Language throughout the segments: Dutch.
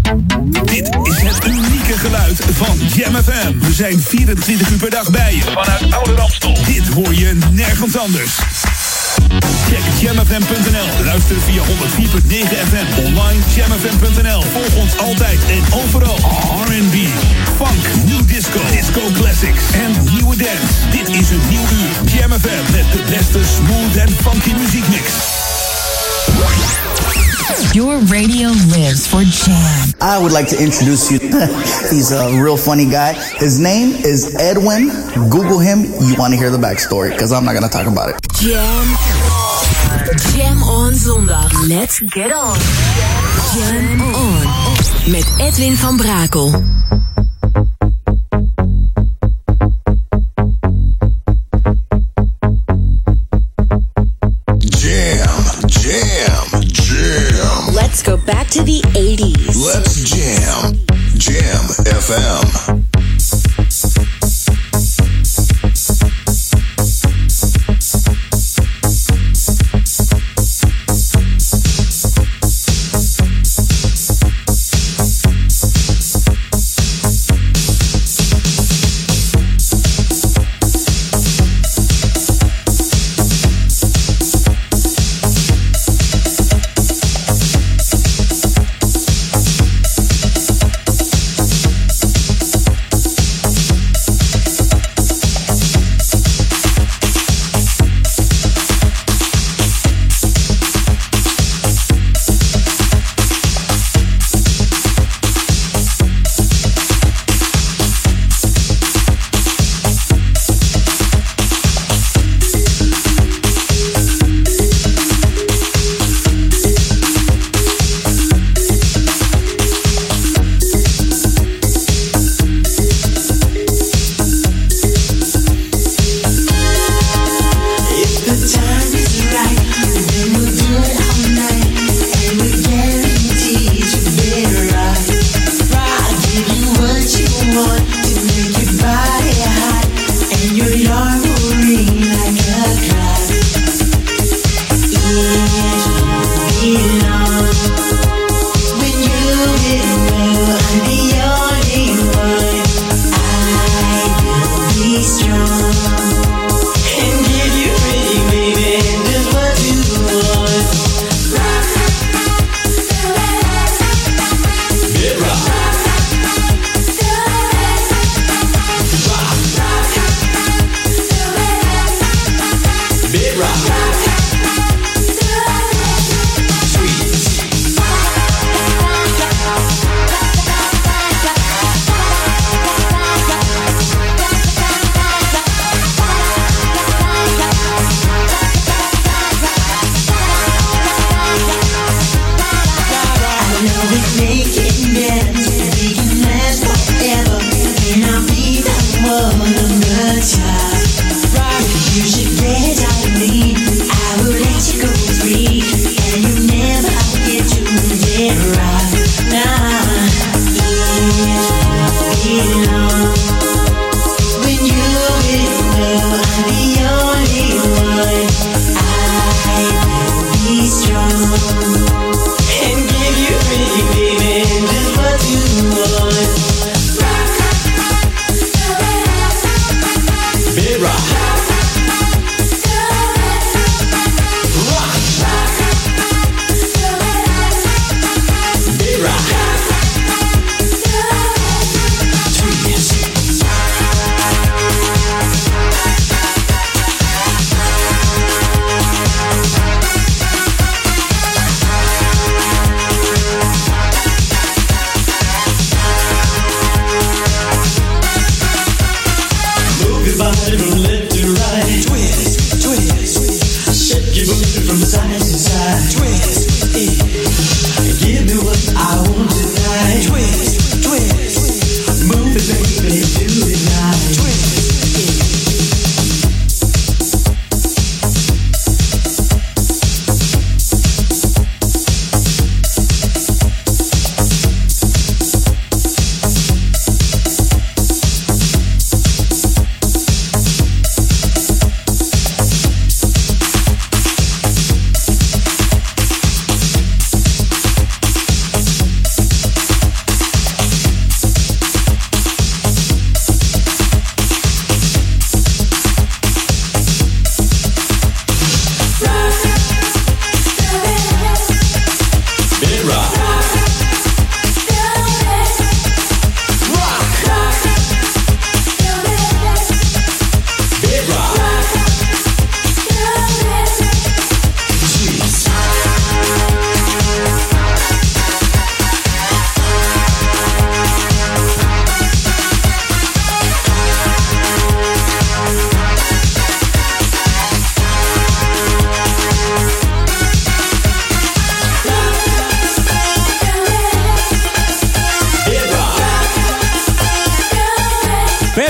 Dit is het unieke geluid van Jam FM. We zijn 24 uur per dag bij je. Vanuit Oude Ramstel. Dit hoor je nergens anders. Check jamfm.nl. Luister via 104.9 FM. Online jamfm.nl. Volg ons altijd en overal. R&B, funk, new disco, disco classics en nieuwe dance. Dit is een nieuw uur. Jam FM met de beste smooth en funky muziekmix. Your radio lives for Jam. I would like to introduce you. He's a real funny guy. His name is Edwin. Google him. You want to hear the backstory, because I'm not going to talk about it. Jam on zondag. Let's get on. Jam on. Met Edwin van Brakel. Let's go back to the 80s. Let's jam. Jam FM.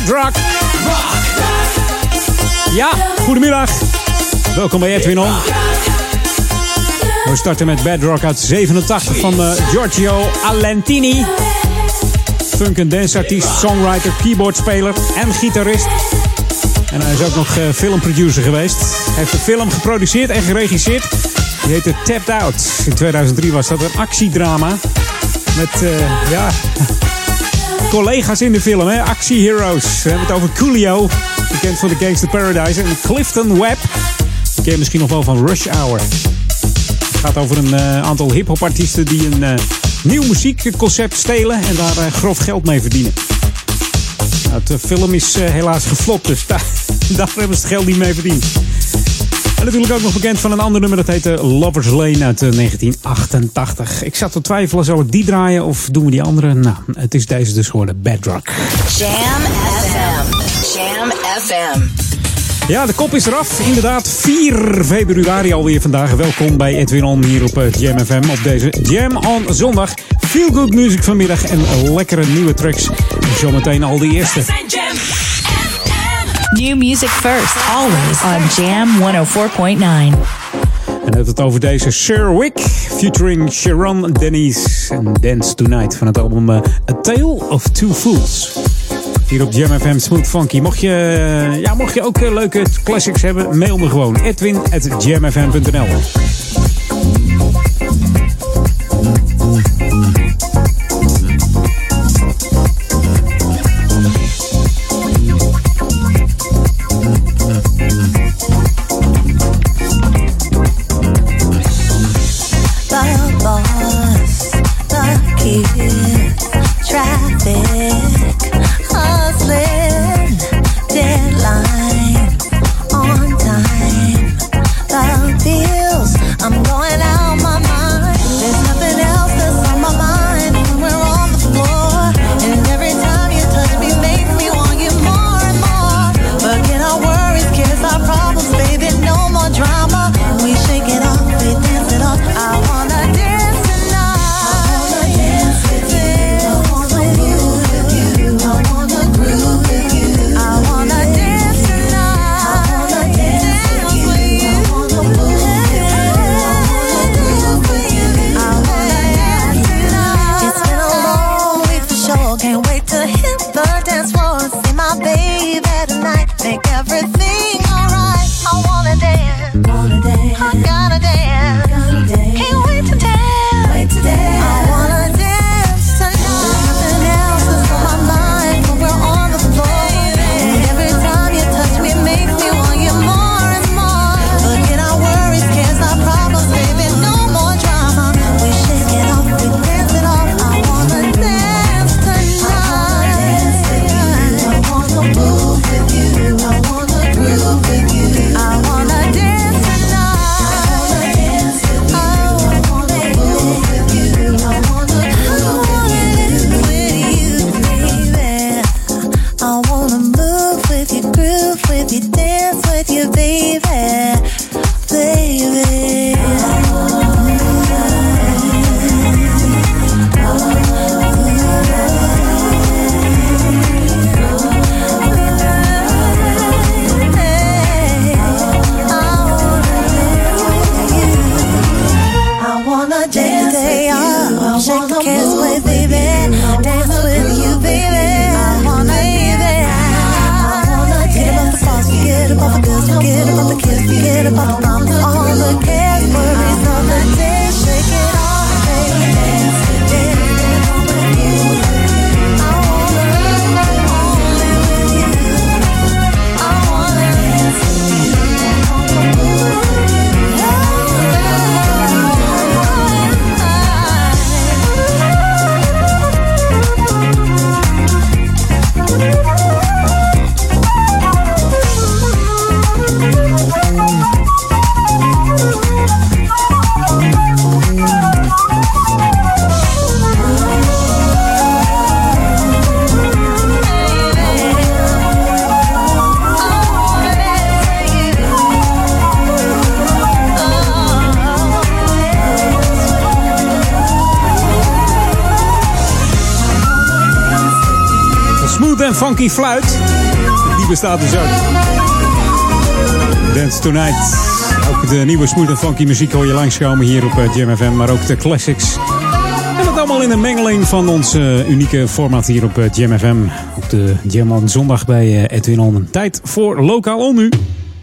Bedrock. Ja, goedemiddag. Welkom bij Edwin On. We starten met Bedrock uit 87 van Giorgio Alentini. Funk- en danceartiest, songwriter, keyboardspeler en gitarist. En hij is ook nog filmproducer geweest. Hij heeft een film geproduceerd en geregisseerd. Die heette Tapped Out. In 2003 was dat een actiedrama. Met, collega's in de film, hè? Actieheroes. We hebben het over Coolio, bekend van The Gangster Paradise. En Clifton Webb, die ken je misschien nog wel van Rush Hour. Het gaat over een aantal hip-hop-artiesten die een nieuw muziekconcept stelen en daar grof geld mee verdienen. Nou, de film is helaas geflopt, dus daar hebben ze het geld niet mee verdiend. En natuurlijk ook nog bekend van een ander nummer, dat heette Lover's Lane uit 1988. Ik zat te twijfelen, zou ik die draaien of doen we die andere? Nou, het is deze dus geworden, Bedrock. Jam FM. Jam FM. Ja, de kop is eraf. Inderdaad, 4 februari alweer vandaag. Welkom bij Edwin On hier op Jam FM op deze Jam On zondag. Feel good music vanmiddag en lekkere nieuwe tracks. Zometeen al de eerste. New music first, always on Jam 104.9. En heeft het over deze Sherwick featuring Sharon Denise en Dance Tonight van het album A Tale of Two Fools. Hier op Jam FM Smooth Funky. Mocht je ook leuke classics hebben, mail me gewoon. Edwin@jamfm.nl. Smooth and Funky Fluit. Die bestaat dus ook. Dance Tonight. Ook de nieuwe Smooth and Funky muziek hoor je langskomen hier op Jam FM. Maar ook de classics. En dat allemaal in een mengeling van ons unieke format hier op Jam FM. Op de Jam on zondag bij Edwin On. Tijd voor Lokaal On nu.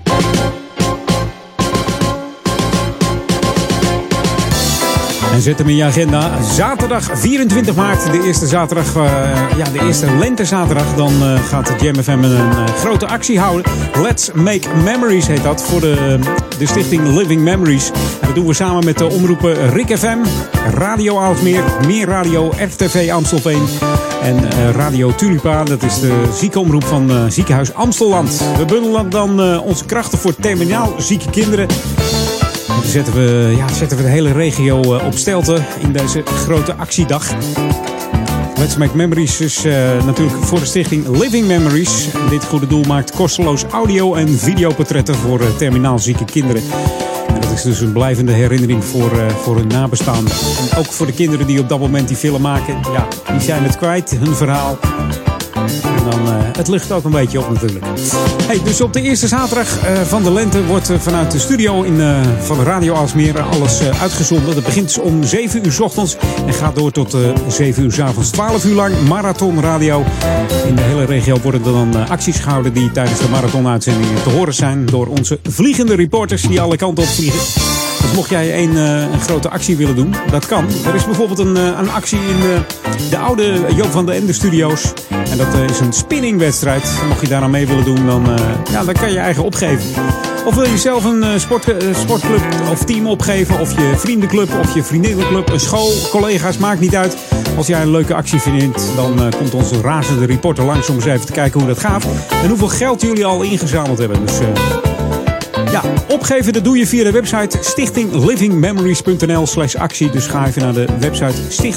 En zet hem in je agenda. Zaterdag 24 maart, de eerste zaterdag, de eerste lentezaterdag. Dan gaat Jam FM een grote actie houden. Let's Make Memories heet dat. Voor de stichting Living Memories. En dat doen we samen met de omroepen Rik FM, Radio Aalsmeer, Meer Radio, RTV Amstelveen. En Radio Tulipa, dat is de ziekenomroep van ziekenhuis Amstelland. We bundelen dan onze krachten voor terminaal zieke kinderen. Dan zetten we de hele regio op stelte in deze grote actiedag. Let's Make Memories is natuurlijk voor de stichting Living Memories. Dit goede doel maakt kosteloos audio- en videoportretten voor terminaal zieke kinderen. En dat is dus een blijvende herinnering voor hun nabestaanden. En ook voor de kinderen die op dat moment die film maken. Ja, die zijn het kwijt, hun verhaal. En dan, het lucht ook een beetje op natuurlijk. Hey, dus op de eerste zaterdag van de lente wordt vanuit de studio van Radio Aalsmeer alles uitgezonden. Dat begint om 7 uur 's ochtends en gaat door tot 7 uur 's avonds. 12 uur lang marathonradio. In de hele regio worden er dan acties gehouden die tijdens de marathonuitzendingen te horen zijn door onze vliegende reporters die alle kanten op vliegen. Dus mocht jij een grote actie willen doen, dat kan. Er is bijvoorbeeld een actie in de oude Joop van den Ende studio's. En dat is een spinningwedstrijd. Mocht je daar aan mee willen doen, dan kan je eigen opgeven. Of wil je zelf een sportclub of team opgeven, of je vriendenclub of je vriendinnenclub, een school, collega's, maakt niet uit. Als jij een leuke actie vindt, dan komt onze razende reporter langs om eens even te kijken hoe dat gaat. En hoeveel geld jullie al ingezameld hebben. Dus opgeven dat doe je via de website stichtinglivingmemories.nl/actie. Dus ga even naar de website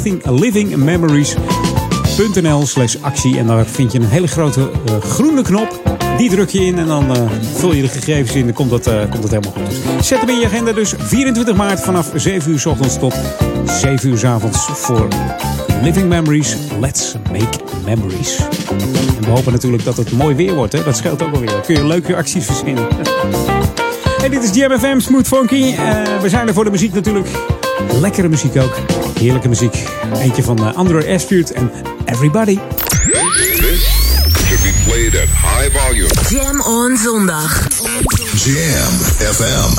stichtinglivingmemories.nl/actie. En daar vind je een hele grote groene knop. Die druk je in en dan vul je de gegevens in. Dan komt het helemaal goed. Dus zet hem in je agenda dus 24 maart vanaf 7 uur 's ochtends tot 7 uur 's avonds voor Living Memories. Let's Make Memories. En we hopen natuurlijk dat het mooi weer wordt. Hè? Dat scheelt ook alweer. Dan kun je leuke acties verzinnen. Hey, dit is Jam FM, Smooth Funky. We zijn er voor de muziek natuurlijk. Lekkere muziek ook. Heerlijke muziek. Eentje van Andre Aspute en Everybody. This should be played at high volume. Jam on zondag. Jam FM.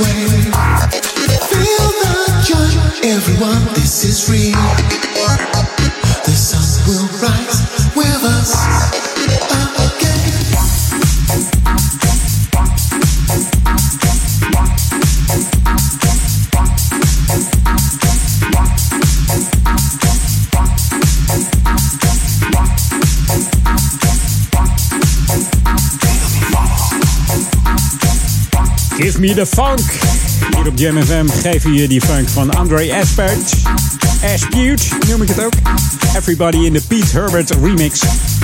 Everyone, this is real. The sun will rise with us again. Give me the funk. Hier op Jam FM geven je die funk van André Aspert. Aspute noem ik het ook. Everybody in the Pete Herbert remix.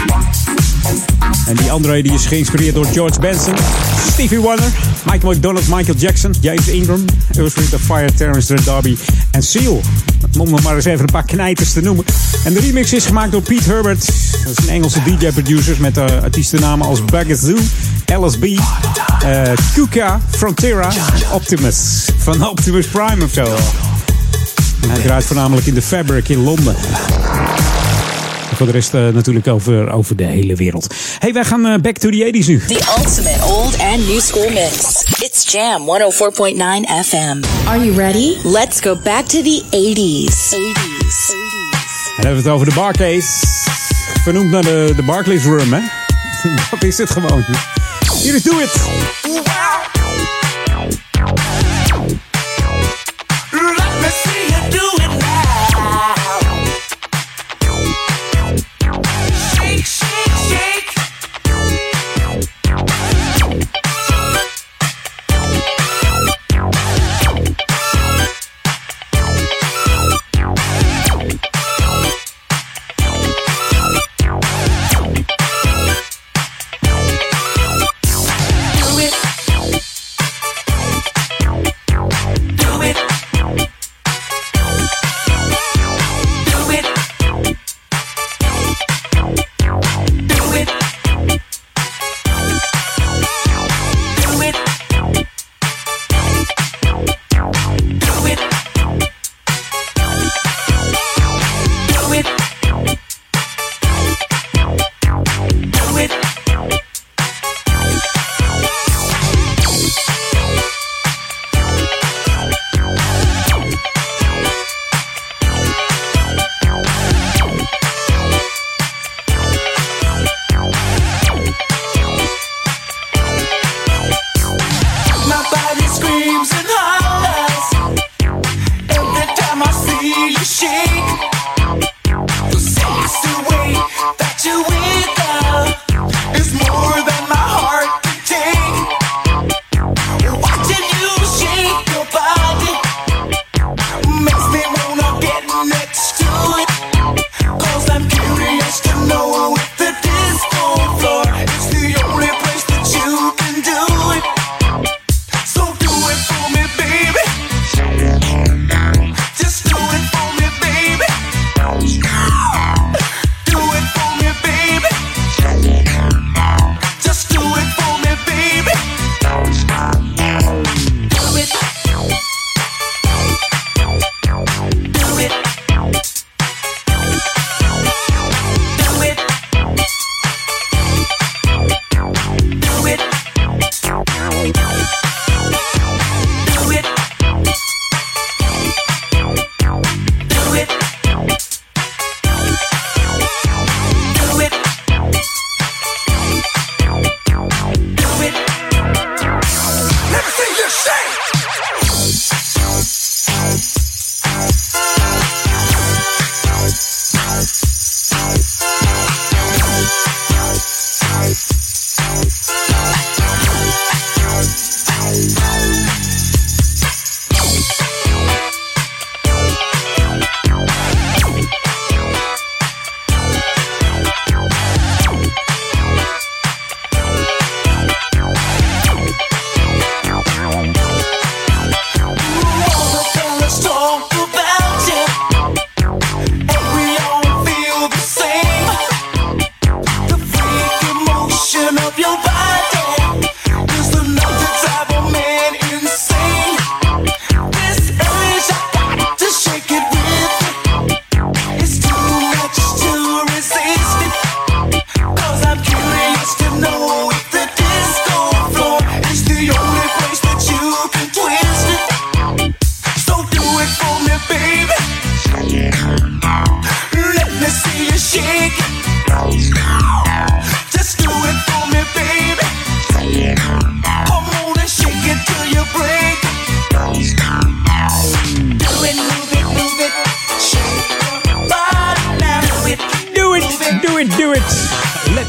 En die André die is geïnspireerd door George Benson, Stevie Wonder, Michael McDonald, Michael Jackson, James Ingram, Earth, Wind & Fire, Terence Darby en Seal. Om nog maar eens even een paar knijters te noemen. En de remix is gemaakt door Pete Herbert. Dat is een Engelse DJ-producer met artiestennamen als Bagazoo, LSB, Kuka, Frontera, Optimus. Van Optimus Prime of zo. En hij draait voornamelijk in de Fabric in Londen. En voor de rest natuurlijk over de hele wereld. Hey, wij gaan back to the 80s nu. The ultimate old and new school mix. It's Jam 104.9 FM. Are you ready? Let's go back to the 80s. En dan hebben we het over de Barclays. Vernoemd naar de Barclays Room, hè? Dat is het gewoon. Hier is Do It. Let me see you do it now. Shake, shake, shake. Do it.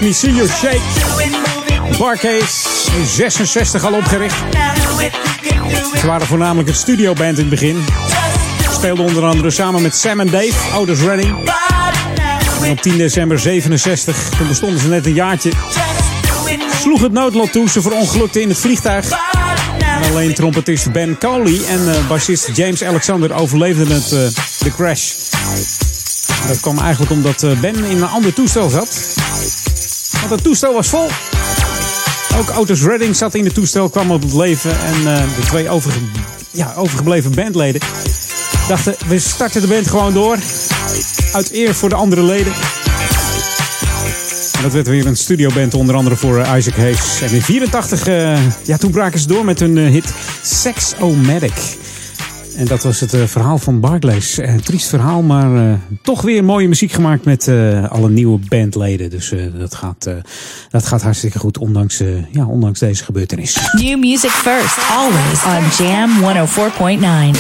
Me See You Shake. Barcase, in 66 al opgericht. Ze waren voornamelijk een studioband in het begin. Speelden onder andere samen met Sam en Dave, Otis Redding. En op 10 december 67, toen bestonden ze net een jaartje, sloeg het noodlot toe. Ze verongelukten in het vliegtuig. En alleen trompetist Ben Coley en bassist James Alexander overleefden de crash. Dat kwam eigenlijk omdat Ben in een ander toestel zat. Want het toestel was vol. Ook Otis Redding zat in het toestel, kwam op het leven. En de twee overgebleven bandleden dachten, we starten de band gewoon door. Uit eer voor de andere leden. En dat werd weer een studioband, onder andere voor Isaac Hayes. En in 1984, toen braken ze door met hun hit Sex-O-Matic. En dat was het verhaal van Barclays. Triest verhaal, maar toch weer mooie muziek gemaakt met alle nieuwe bandleden. Dus dat gaat hartstikke goed, ondanks deze gebeurtenis. New music first, always on Jam 104.9.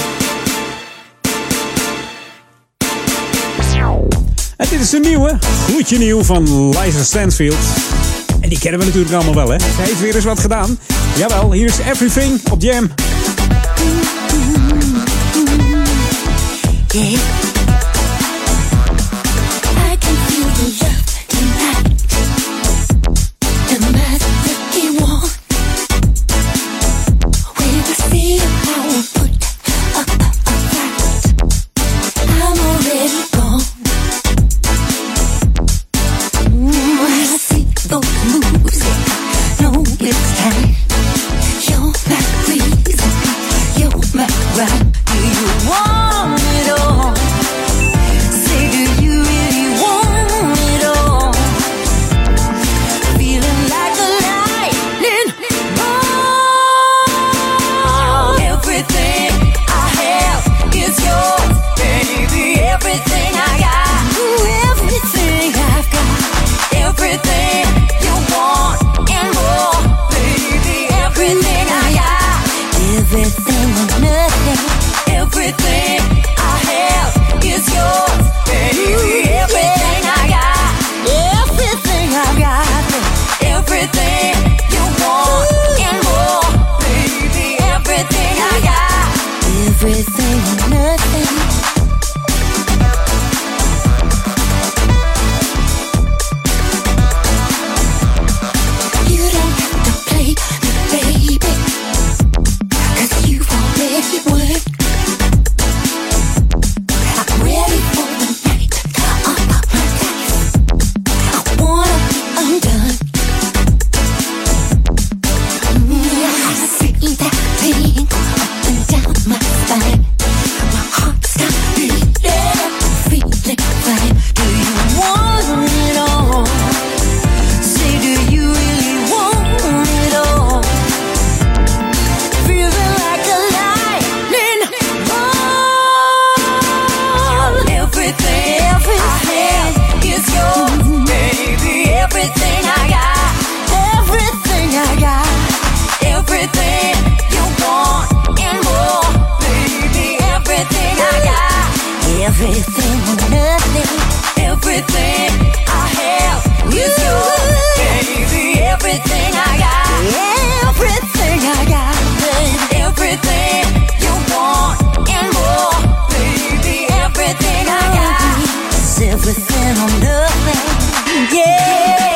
En dit is de nieuwe, gloedje nieuw van Liza Stansfield. En die kennen we natuurlijk allemaal wel, hè. Ze heeft weer eens wat gedaan. Jawel, hier is Everything op Jam. Yeah. I can feel the love tonight. The magic you want. We will see how we put up a fight. I'm already gone. I see those moves. No, it's time. You're my reason. You're my right. Do you want it all? Say, do you really want it all? Feeling like a lightning bolt. Everything I have is yours, baby. Everything I got, everything I've got, everything you want and more, baby. Everything I got, everything or nothing. Everything I have is yours, baby. Everything I got, everything I got, everything you want and more, baby. Everything I got, everything or nothing. You don't have to play me, baby, 'cause you've already won. I'm ready for the night of my life. I wanna be undone. I see that thing up and down my spine. My heart stops beating, feeling fine. Do you want it all? Say, do you really want it all? Feeling like a lightning bolt. Everything I have is yours, baby. Everything I got, everything I got, everything you want and more, baby. Everything I got, everything or nothing. Everything I have is yours, baby. Everything I got, everything I got, everything you want and more, baby. Everything I got is everything or nothing. Yeah.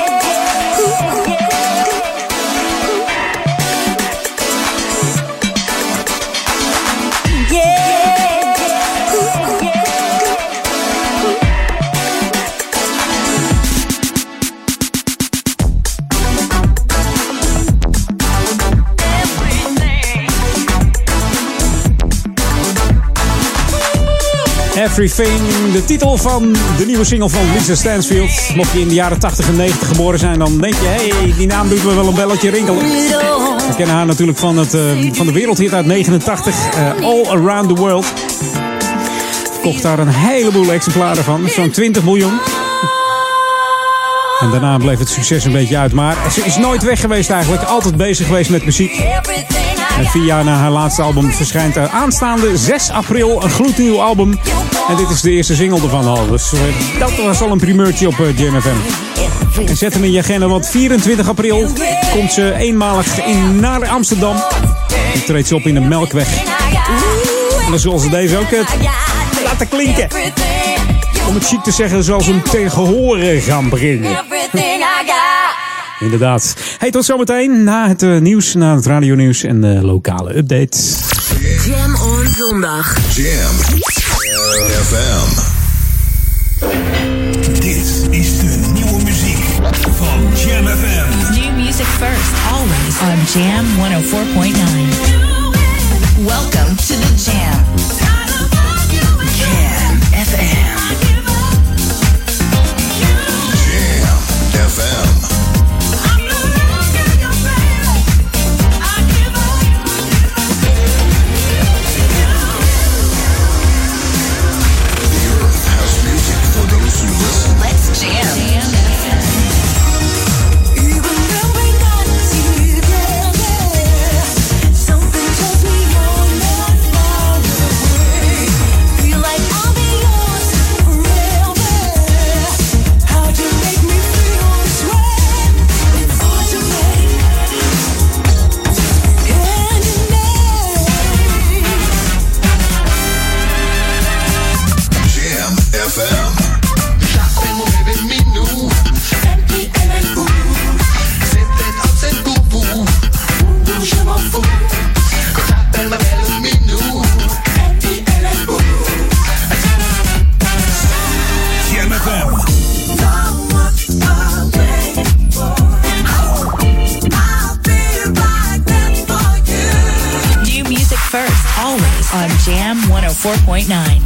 Everything, de titel van de nieuwe single van Liza Stansfield. Mocht je in de jaren 80 en 90 geboren zijn, dan denk je, hey, die naam doet me wel een belletje rinkelen. We kennen haar natuurlijk van de wereldhit uit 89, All Around the World. Kocht daar een heleboel exemplaren van, zo'n 20 miljoen. En daarna bleef het succes een beetje uit. Maar ze is nooit weg geweest eigenlijk, altijd bezig geweest met muziek. En 4 jaar na haar laatste album verschijnt er aanstaande 6 april een gloednieuw album. En dit is de eerste single ervan al. Dus dat was al een primeurtje op Jam FM. En zet hem in je agenda, want 24 april komt ze eenmalig naar Amsterdam. En treedt ze op in de Melkweg. En dan zullen ze deze ook laten klinken. Om het chic te zeggen, zoals ze hem tegen horen gaan brengen. Inderdaad. Hey, tot zometeen na het nieuws, na het radionieuws en de lokale update. Jam on zondag. Jam FM. Dit is de nieuwe muziek van Jam FM. New music first, always on Jam 104.9. Welcome to the Jam. Jam FM. Jam FM. Let's jam. On Jam 104.9.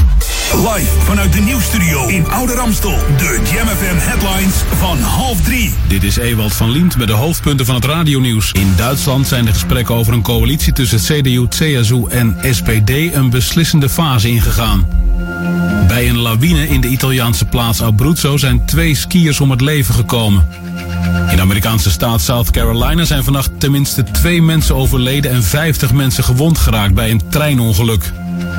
Live vanuit de nieuwsstudio in Oude Ramstel. De Jam FM headlines van 2:30. Dit is Ewald van Liemt met de hoofdpunten van het radionieuws. In Duitsland zijn de gesprekken over een coalitie tussen CDU, CSU en SPD een beslissende fase ingegaan. Bij een lawine in de Italiaanse plaats Abruzzo zijn 2 skiers om het leven gekomen. In de Amerikaanse staat South Carolina zijn vannacht tenminste 2 mensen overleden en 50 mensen gewond geraakt bij een treinongeluk.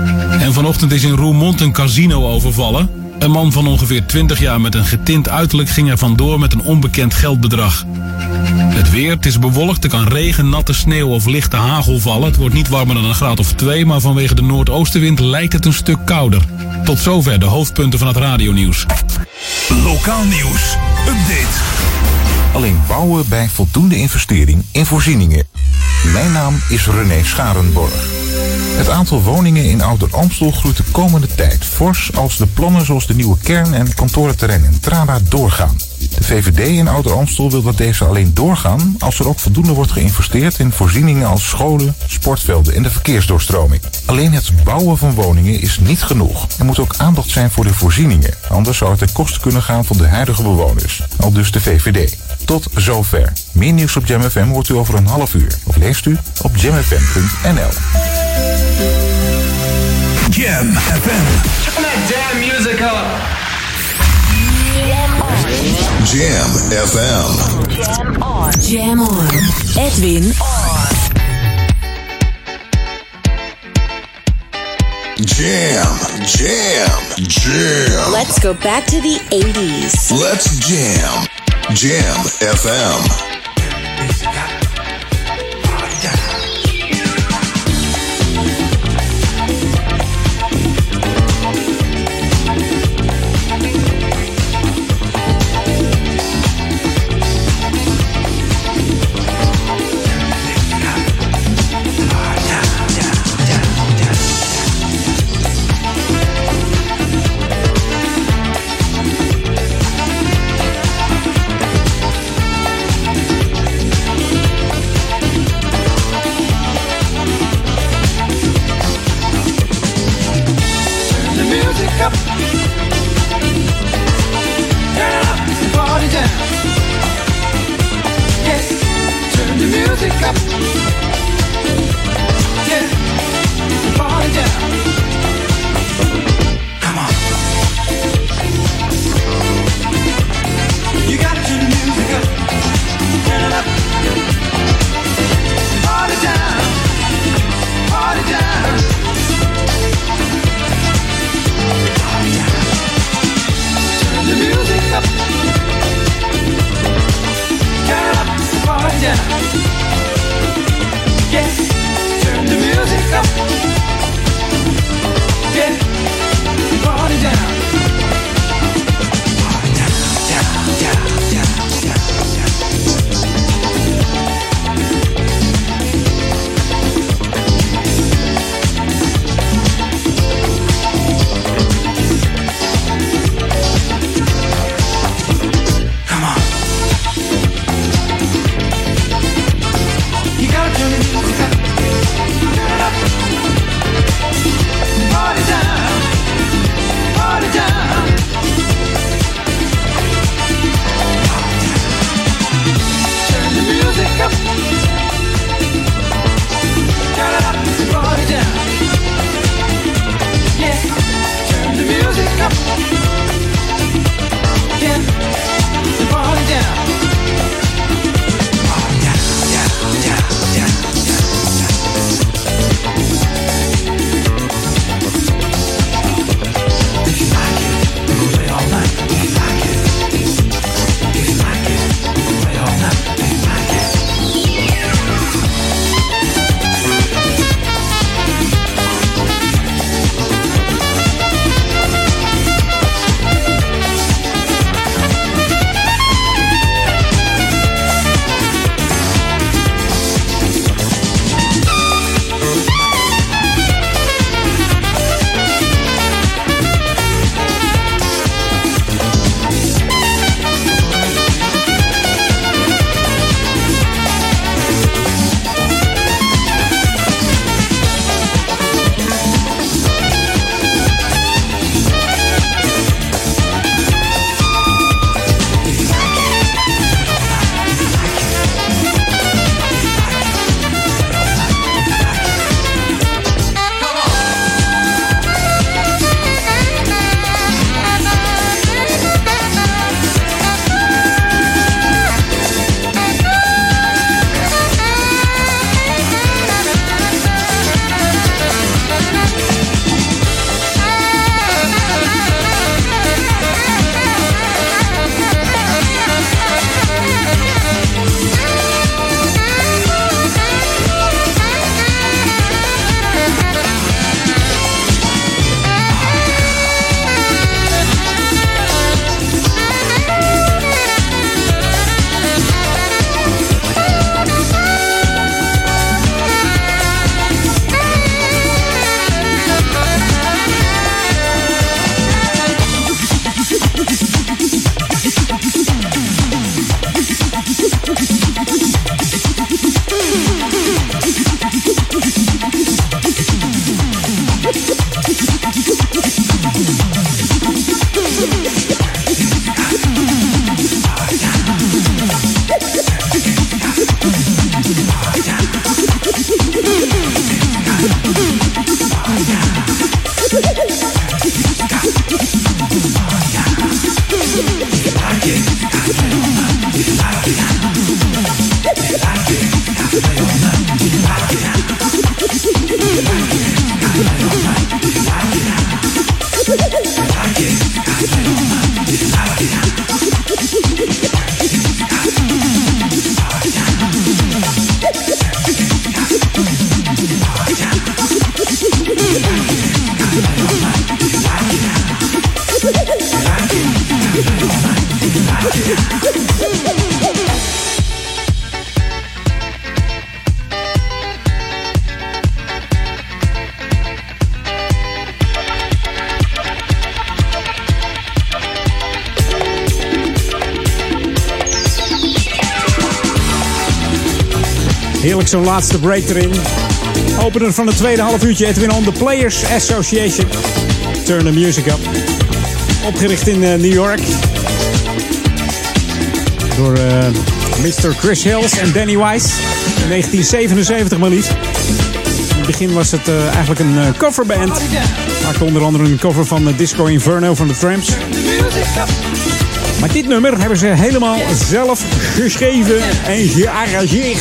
En vanochtend is in Roermond een casino overvallen. Een man van ongeveer 20 jaar met een getint uiterlijk ging er vandoor met een onbekend geldbedrag. Het weer, het is bewolkt, er kan regen, natte sneeuw of lichte hagel vallen. Het wordt niet warmer dan een graad of 2, maar vanwege de noordoostenwind lijkt het een stuk kouder. Tot zover de hoofdpunten van het radionieuws. Lokaal nieuws. Update. Alleen bouwen bij voldoende investering in voorzieningen. Mijn naam is René Scharenborg. Het aantal woningen in Ouder Amstel groeit de komende tijd fors als de plannen zoals de nieuwe kern- en kantorenterrein in Trara doorgaan. De VVD in Ouder Amstel wil dat deze alleen doorgaan als er ook voldoende wordt geïnvesteerd in voorzieningen als scholen, sportvelden en de verkeersdoorstroming. Alleen het bouwen van woningen is niet genoeg. Er moet ook aandacht zijn voor de voorzieningen, anders zou het ten koste kunnen gaan van de huidige bewoners. Aldus de VVD. Tot zover. Meer nieuws op Jam FM hoort u over een half uur. Of leest u op jamfm.nl. Jam FM. Turn that damn music up. Jam FM. Jam on. Jam on. Edwin on. Jam, jam, jam. Let's go back to the 80s. Let's jam. Jam FM. Heerlijk zo'n laatste break erin. Opener van het tweede half uurtje. Edwin On, The Players Association. Turn the Music Up. Opgericht in New York. Door Mr. Chris Hills en Danny Weiss. In 1977 maar liefst. In het begin was het eigenlijk een coverband. Maakte onder andere een cover van Disco Inferno van de Tramps. Maar dit nummer hebben ze helemaal zelf geschreven en gearrangeerd.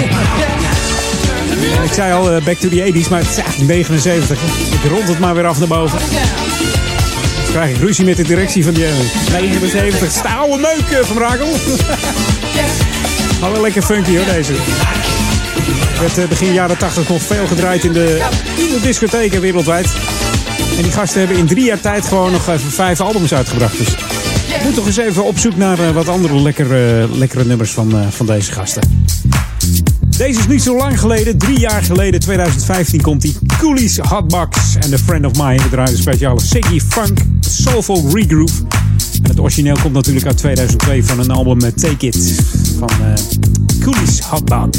Ik zei al back to the 80s, maar het is eigenlijk 79. Ik rond het maar weer af naar boven. Dan krijg ik ruzie met de directie van die 79. Stouwe meuk van Brakel. Maar wel lekker funky hoor deze. Werd begin jaren 80 nog veel gedraaid in de discotheken wereldwijd. En die gasten hebben in 3 jaar tijd gewoon nog even 5 albums uitgebracht. Dus ik moet toch eens even op zoek naar wat andere lekkere nummers van deze gasten. Deze is niet zo lang geleden, 3 jaar geleden, 2015 komt die. Coolies Hotbox en A Friend of Mine. We draaien een speciale Siggy Funk Soulful Regroove. En het origineel komt natuurlijk uit 2002 van een album met Take It van Coolies Hotbox.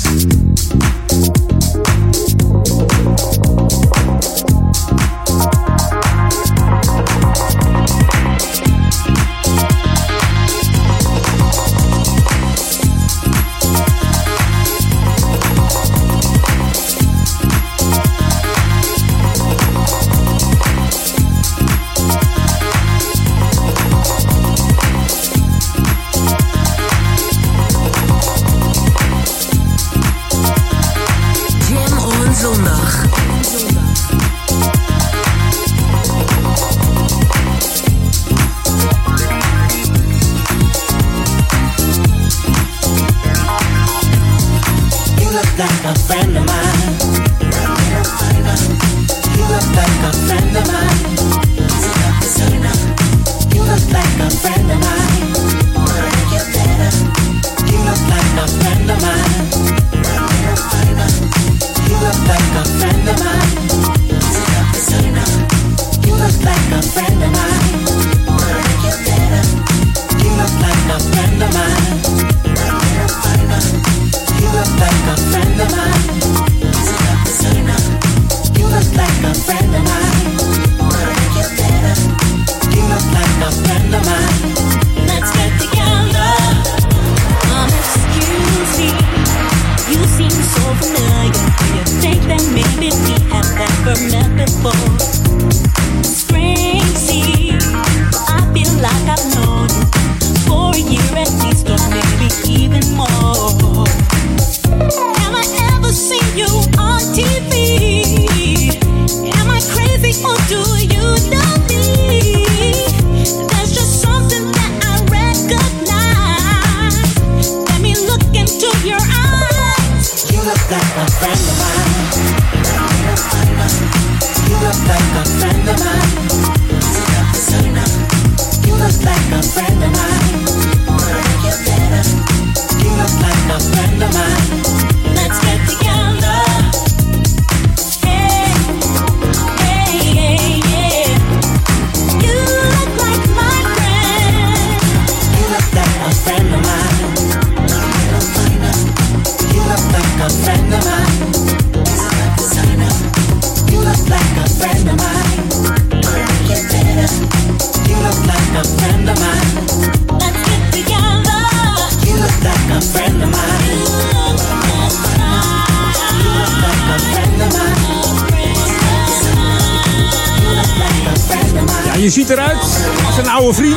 Je ziet eruit als een oude vriend.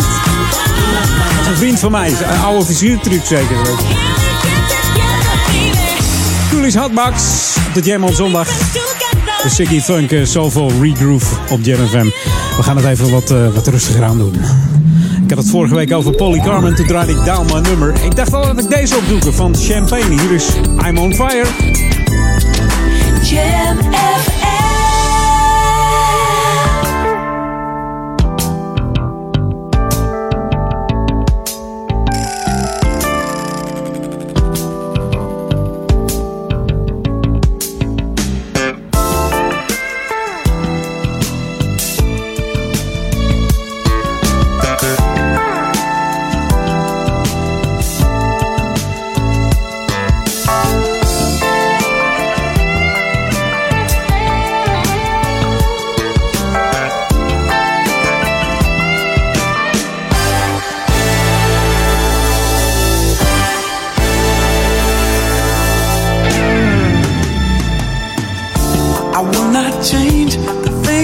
Als een vriend van mij. Een oude viziertruc zeker. Coolies Hotbox op de Jam on zondag. De Siggy Funk Soulful Regroove op Jam FM. We gaan het even wat rustiger aan doen. Ik had het vorige week over Polly Carmen. Toen draaide ik down mijn nummer. Ik dacht wel dat ik deze opdoeken van Champagne. Hier is I'm on Fire. Jam FM.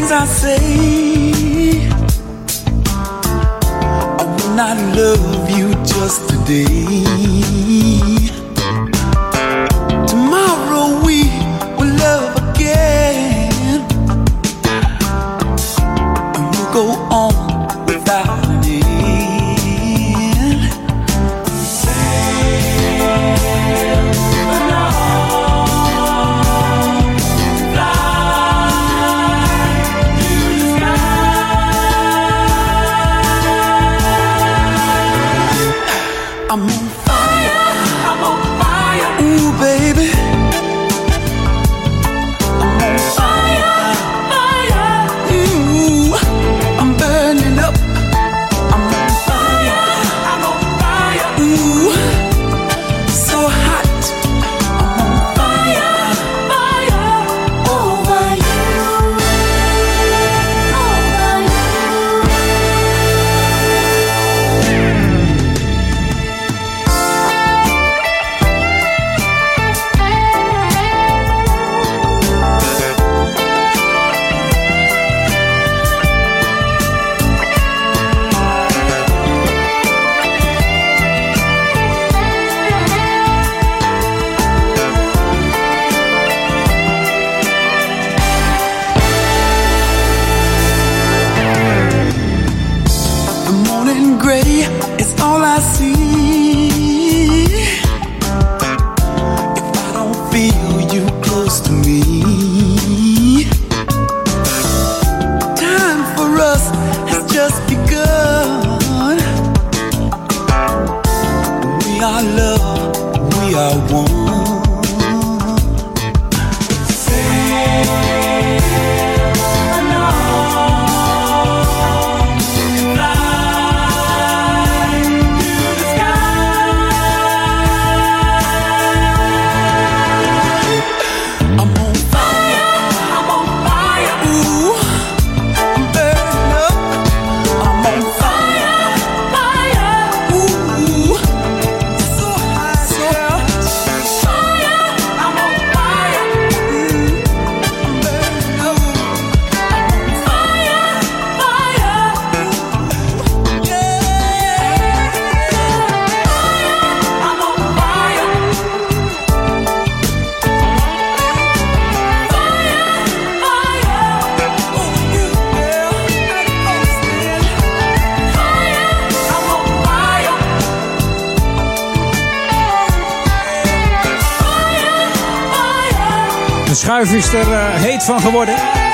things I say. I will not love you just today. Tomorrow we will love again, and we'll go on without an end. I'm on fire, I'm on fire, ooh baby. I'm on fire, fire, ooh. I'm burning up. I'm on fire, ooh. So hot. I'm on fire, fire, over you, over you. The morning gray is all I see. If I don't feel you close to me, time for us has just begun. We are love, we are one. De schuif is er heet van geworden.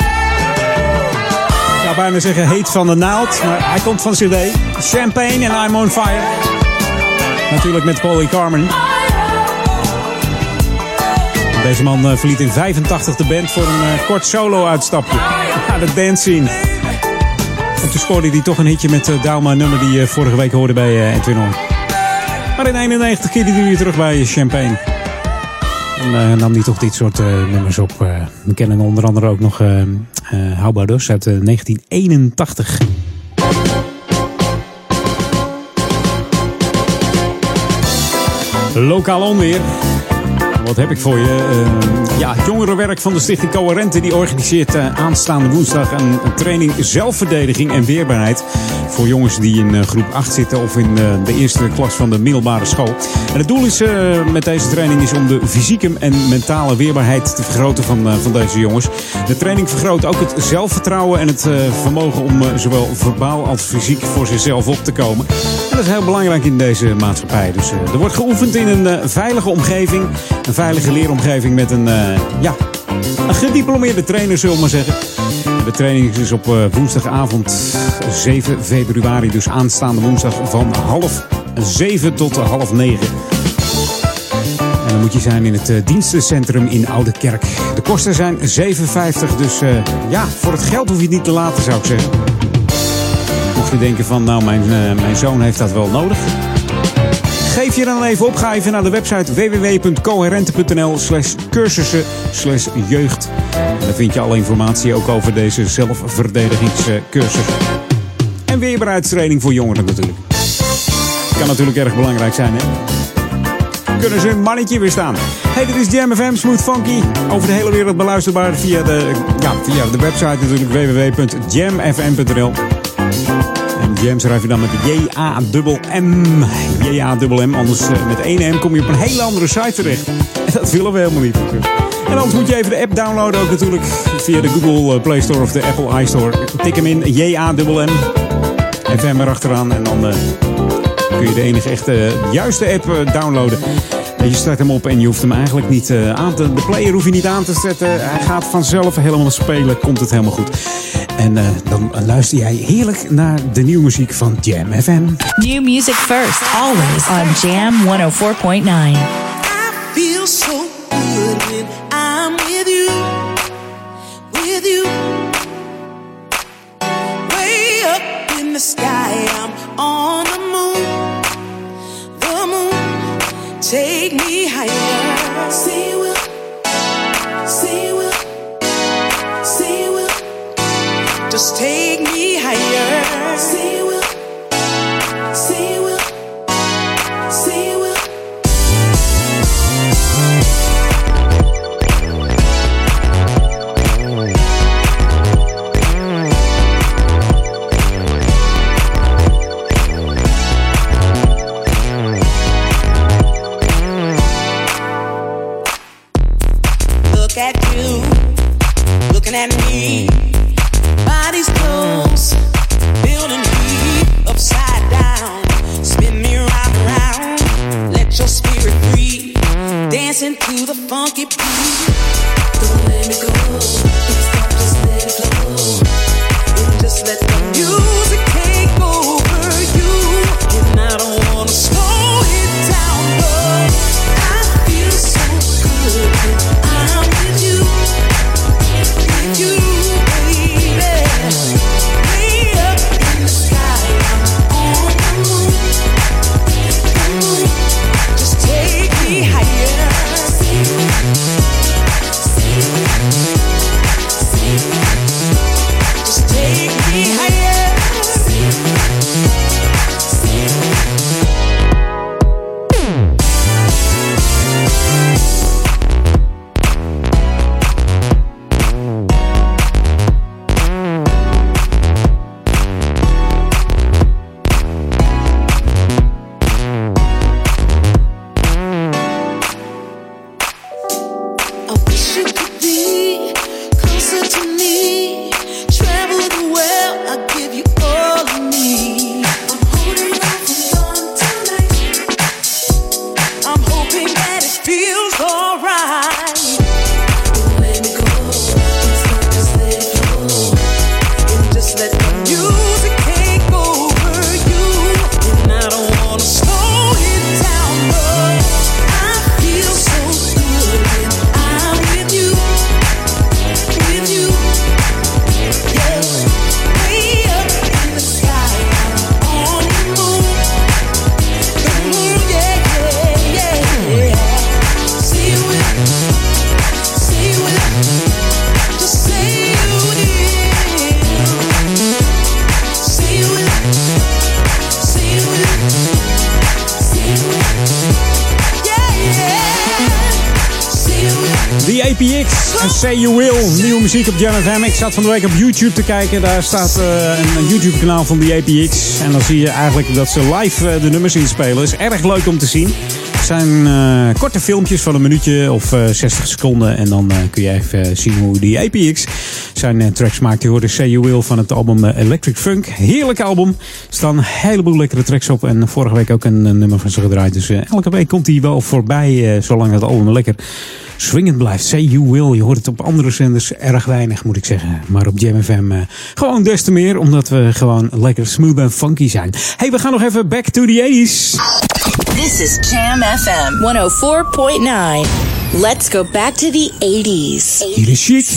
Ik zou bijna zeggen heet van de naald, maar hij komt van CD. Champagne en I'm on Fire. Natuurlijk met Polly Carmen. Deze man verliet in 85 de band voor een kort solo-uitstapje. Ja, de dance scene. En toen scoorde hij toch een hitje met Dauma, een nummer die je vorige week hoorde bij Edwin On. Maar in 91 keerde hij weer terug bij Champagne. En nam hij toch dit soort nummers op. We kennen onder andere ook nog How About Us uit 1981. Lokaal onweer. Wat heb ik voor je? Het jongerenwerk van de Stichting Coherente die organiseert aanstaande woensdag een training zelfverdediging en weerbaarheid voor jongens die in groep 8 zitten of in de eerste klas van de middelbare school. En het doel is met deze training is om de fysieke en mentale weerbaarheid te vergroten van deze jongens. De training vergroot ook het zelfvertrouwen en het vermogen om zowel verbaal als fysiek voor zichzelf op te komen. En dat is heel belangrijk in deze maatschappij. Dus er wordt geoefend in een veilige omgeving. Een veilige leeromgeving met een gediplomeerde trainer, zullen we maar zeggen. De training is op woensdagavond 7 februari, dus aanstaande woensdag van 6:30 tot 8:30. En dan moet je zijn in het dienstencentrum in Oude Kerk. De kosten zijn €7,50, dus voor het geld hoef je het niet te laten, zou ik zeggen. Mocht je denken van, nou, mijn zoon heeft dat wel nodig. Geef je dan even op, ga even naar de website www.coherente.nl/cursussen/jeugd. En daar vind je alle informatie ook over deze zelfverdedigingscursus. En weerbaarheidstraining voor jongeren natuurlijk. Kan natuurlijk erg belangrijk zijn, hè? kunnen ze een mannetje weer staan. Hey, dit is Jam FM, Smooth Funky. Over de hele wereld beluisterbaar via de website natuurlijk www.jamfm.nl. En Jam schrijf je dan met J-A-M-M. J-A-M-M, anders met 1 M kom je op een hele andere site terecht. En dat willen we helemaal niet. En anders moet je even de app downloaden ook natuurlijk via de Google Play Store of de Apple iStore. Tik hem in, J-A-M-M. FM erachteraan en dan kun je de enige echte juiste app downloaden. En je start hem op en je hoeft hem eigenlijk niet aan te... De player hoef je niet aan te zetten. Hij gaat vanzelf helemaal spelen. Komt het helemaal goed. En dan luister jij heerlijk naar de nieuwe muziek van Jam FM. New music first, always on Jam 104.9. I feel so good when I'm with you, with you. Way up in the sky, I'm on the moon, the moon. Take me higher, say you will, say you will, say you will. Just take me higher, say you will, say you will, say you will. Look at you, looking at me. Body's close, building me upside down. Spin me round and round, let your spirit free. Dancing to the funky beat. Don't let me go, don't stop, just let it flow. And just let the music take over you. And I don't wanna slow it down, but I feel so good when I'm with you, with you, baby. Way up in the sky, I'm on the moon, the moon. Just take me higher. Just take me higher. I wish you could be closer to me. Travel the world, I'll give you all of me. I'm holding on for long tonight. I'm hoping that it feels alright. Don't let me go, don't stop, just let it flow. And just let the music take over you. And I don't wanna slow it down, but I feel so good when I'm with you, with you. Yeah, way up in the sky, I'm on the moon, yeah, yeah, yeah. See you with, just say you did. See you with, yeah, yeah. See you with. The APX en Say You Will. Nieuwe muziek op Jam FM. Ik zat van de week op YouTube te kijken. Daar staat een YouTube kanaal van The APX. En dan zie je eigenlijk dat ze live de nummers inspelen. Is erg leuk om te zien. Het zijn korte filmpjes van een minuutje of 60 seconden. En dan kun je even zien hoe die APX zijn tracks maakt. Je hoorde Say You Will van het album Electric Funk. Heerlijk album. Er staan een heleboel lekkere tracks op. En vorige week ook een nummer van ze gedraaid. Dus elke week komt hij wel voorbij. Zolang het album lekker swingend blijft. Say You Will. Je hoort het op andere zenders erg weinig, moet ik zeggen. Maar op Jam FM gewoon des te meer. Omdat we gewoon lekker smooth en funky zijn. Hey, we gaan nog even back to the 80s. This is Jam FM 104.9. Let's go back to the 80s. Hier is Chic.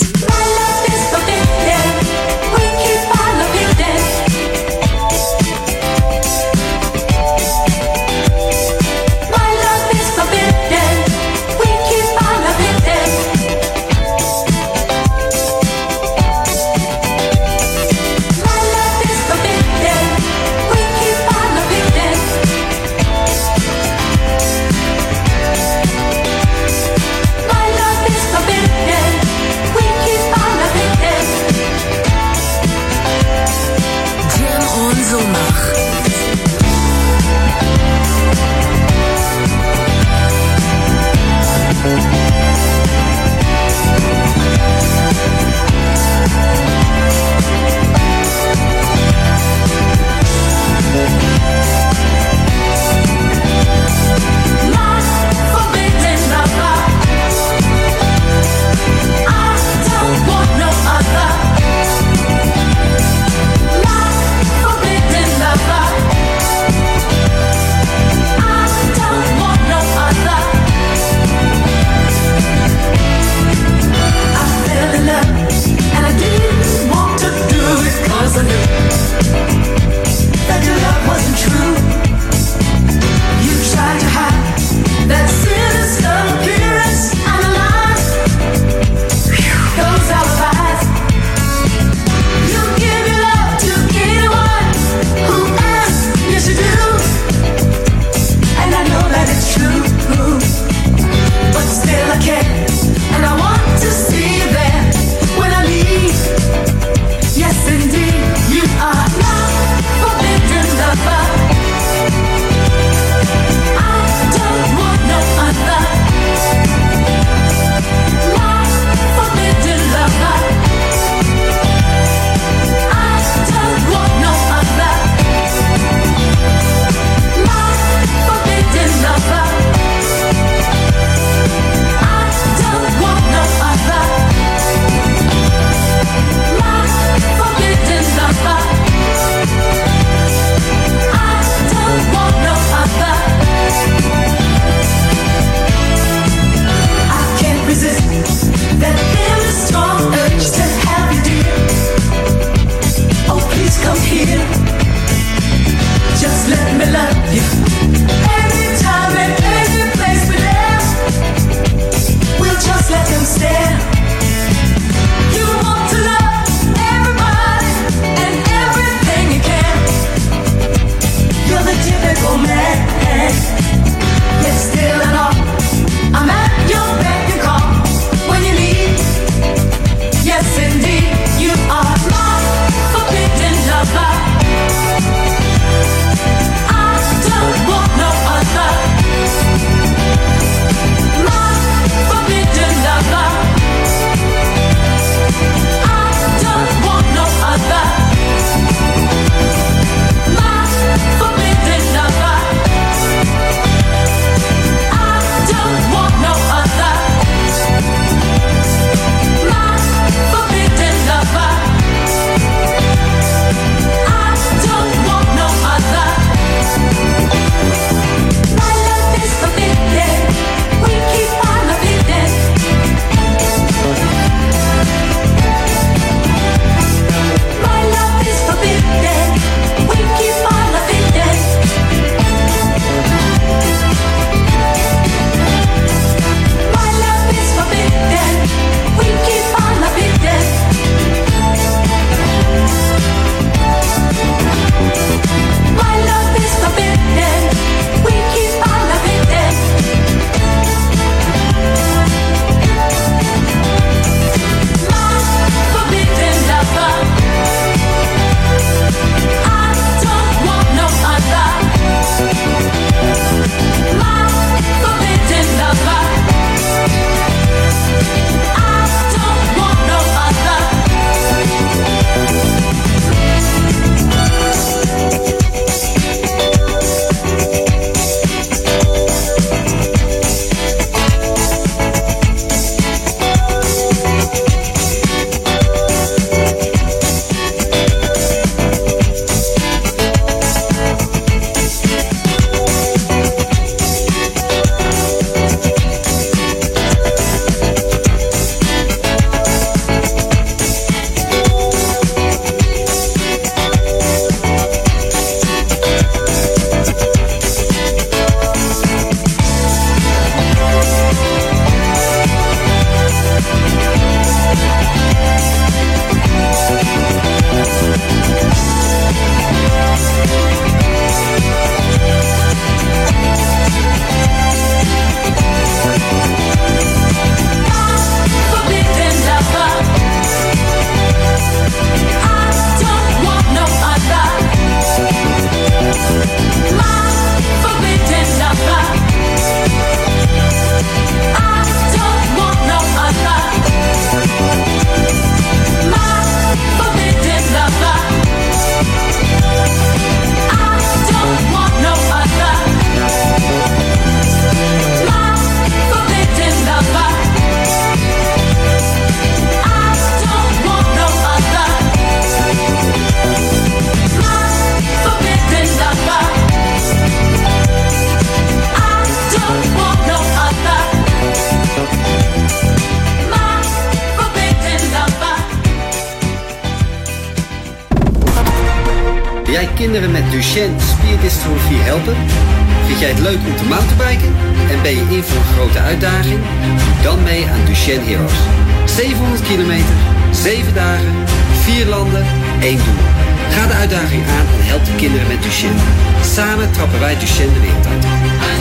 kinderen met Duchenne spierdystrofie helpen? Vind jij het leuk om te mountainbiken? En ben je in voor een grote uitdaging? Doe dan mee aan Duchenne Heroes. 700 kilometer, 7 dagen, 4 landen, 1 doel. Ga de uitdaging aan en help de kinderen met Duchenne. Samen trappen wij Duchenne de wereld uit.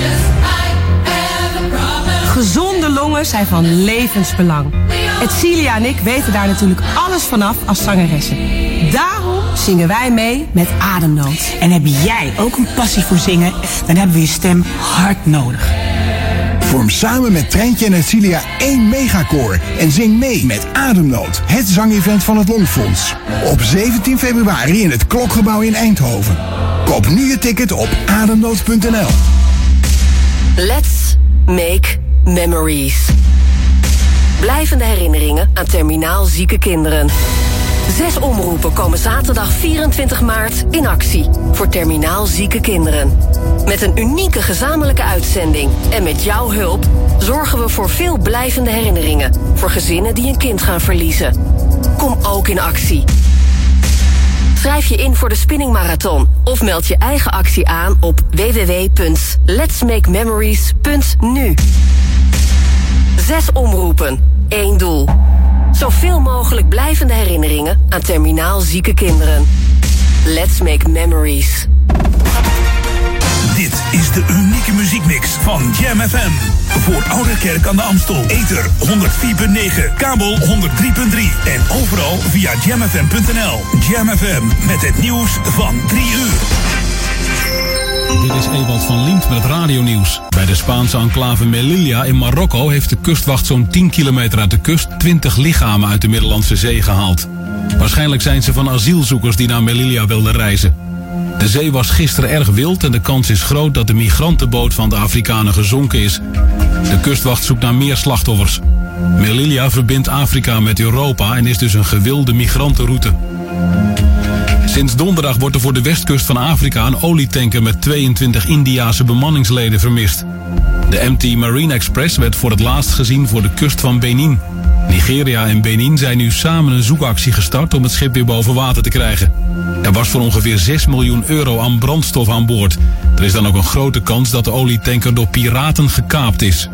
Gezonde longen zijn van levensbelang. Etcilia en ik weten daar natuurlijk alles vanaf als zangeressen. Daarom zingen wij mee met Ademnood. En heb jij ook een passie voor zingen, dan hebben we je stem hard nodig. Vorm samen met Treintje en Etcilia 1 megakoor en zing mee met Ademnood, het zangevent van het Longfonds. Op 17 februari in het Klokgebouw in Eindhoven. Koop nu je ticket op ademnood.nl. Let's make memories. Blijvende herinneringen aan terminaal zieke kinderen. 6 omroepen komen zaterdag 24 maart in actie voor terminaal zieke kinderen. Met een unieke gezamenlijke uitzending en met jouw hulp zorgen we voor veel blijvende herinneringen voor gezinnen die een kind gaan verliezen. Kom ook in actie. Schrijf je in voor de spinningmarathon of meld je eigen actie aan op www.letsmakememories.nu. 6 omroepen, 1 doel. Zoveel mogelijk blijvende herinneringen aan terminaal zieke kinderen. Let's make memories. Dit is de unieke muziekmix van Jam FM. Voor Ouderkerk aan de Amstel. Ether 104.9, kabel 103.3 en overal via jamfm.nl. Jam FM met het nieuws van 3 uur. Dit is Ewald van Liemt met het radionieuws. Bij de Spaanse enclave Melilla in Marokko heeft de kustwacht zo'n 10 kilometer uit de kust 20 lichamen uit de Middellandse Zee gehaald. Waarschijnlijk zijn ze van asielzoekers die naar Melilla wilden reizen. De zee was gisteren erg wild en de kans is groot dat de migrantenboot van de Afrikanen gezonken is. De kustwacht zoekt naar meer slachtoffers. Melilla verbindt Afrika met Europa en is dus een gewilde migrantenroute. Sinds donderdag wordt er voor de westkust van Afrika een olietanker met 22 Indiase bemanningsleden vermist. De MT Marine Express werd voor het laatst gezien voor de kust van Benin. Nigeria en Benin zijn nu samen een zoekactie gestart om het schip weer boven water te krijgen. Er was voor ongeveer 6 miljoen euro aan brandstof aan boord. Er is dan ook een grote kans dat de olietanker door piraten gekaapt is.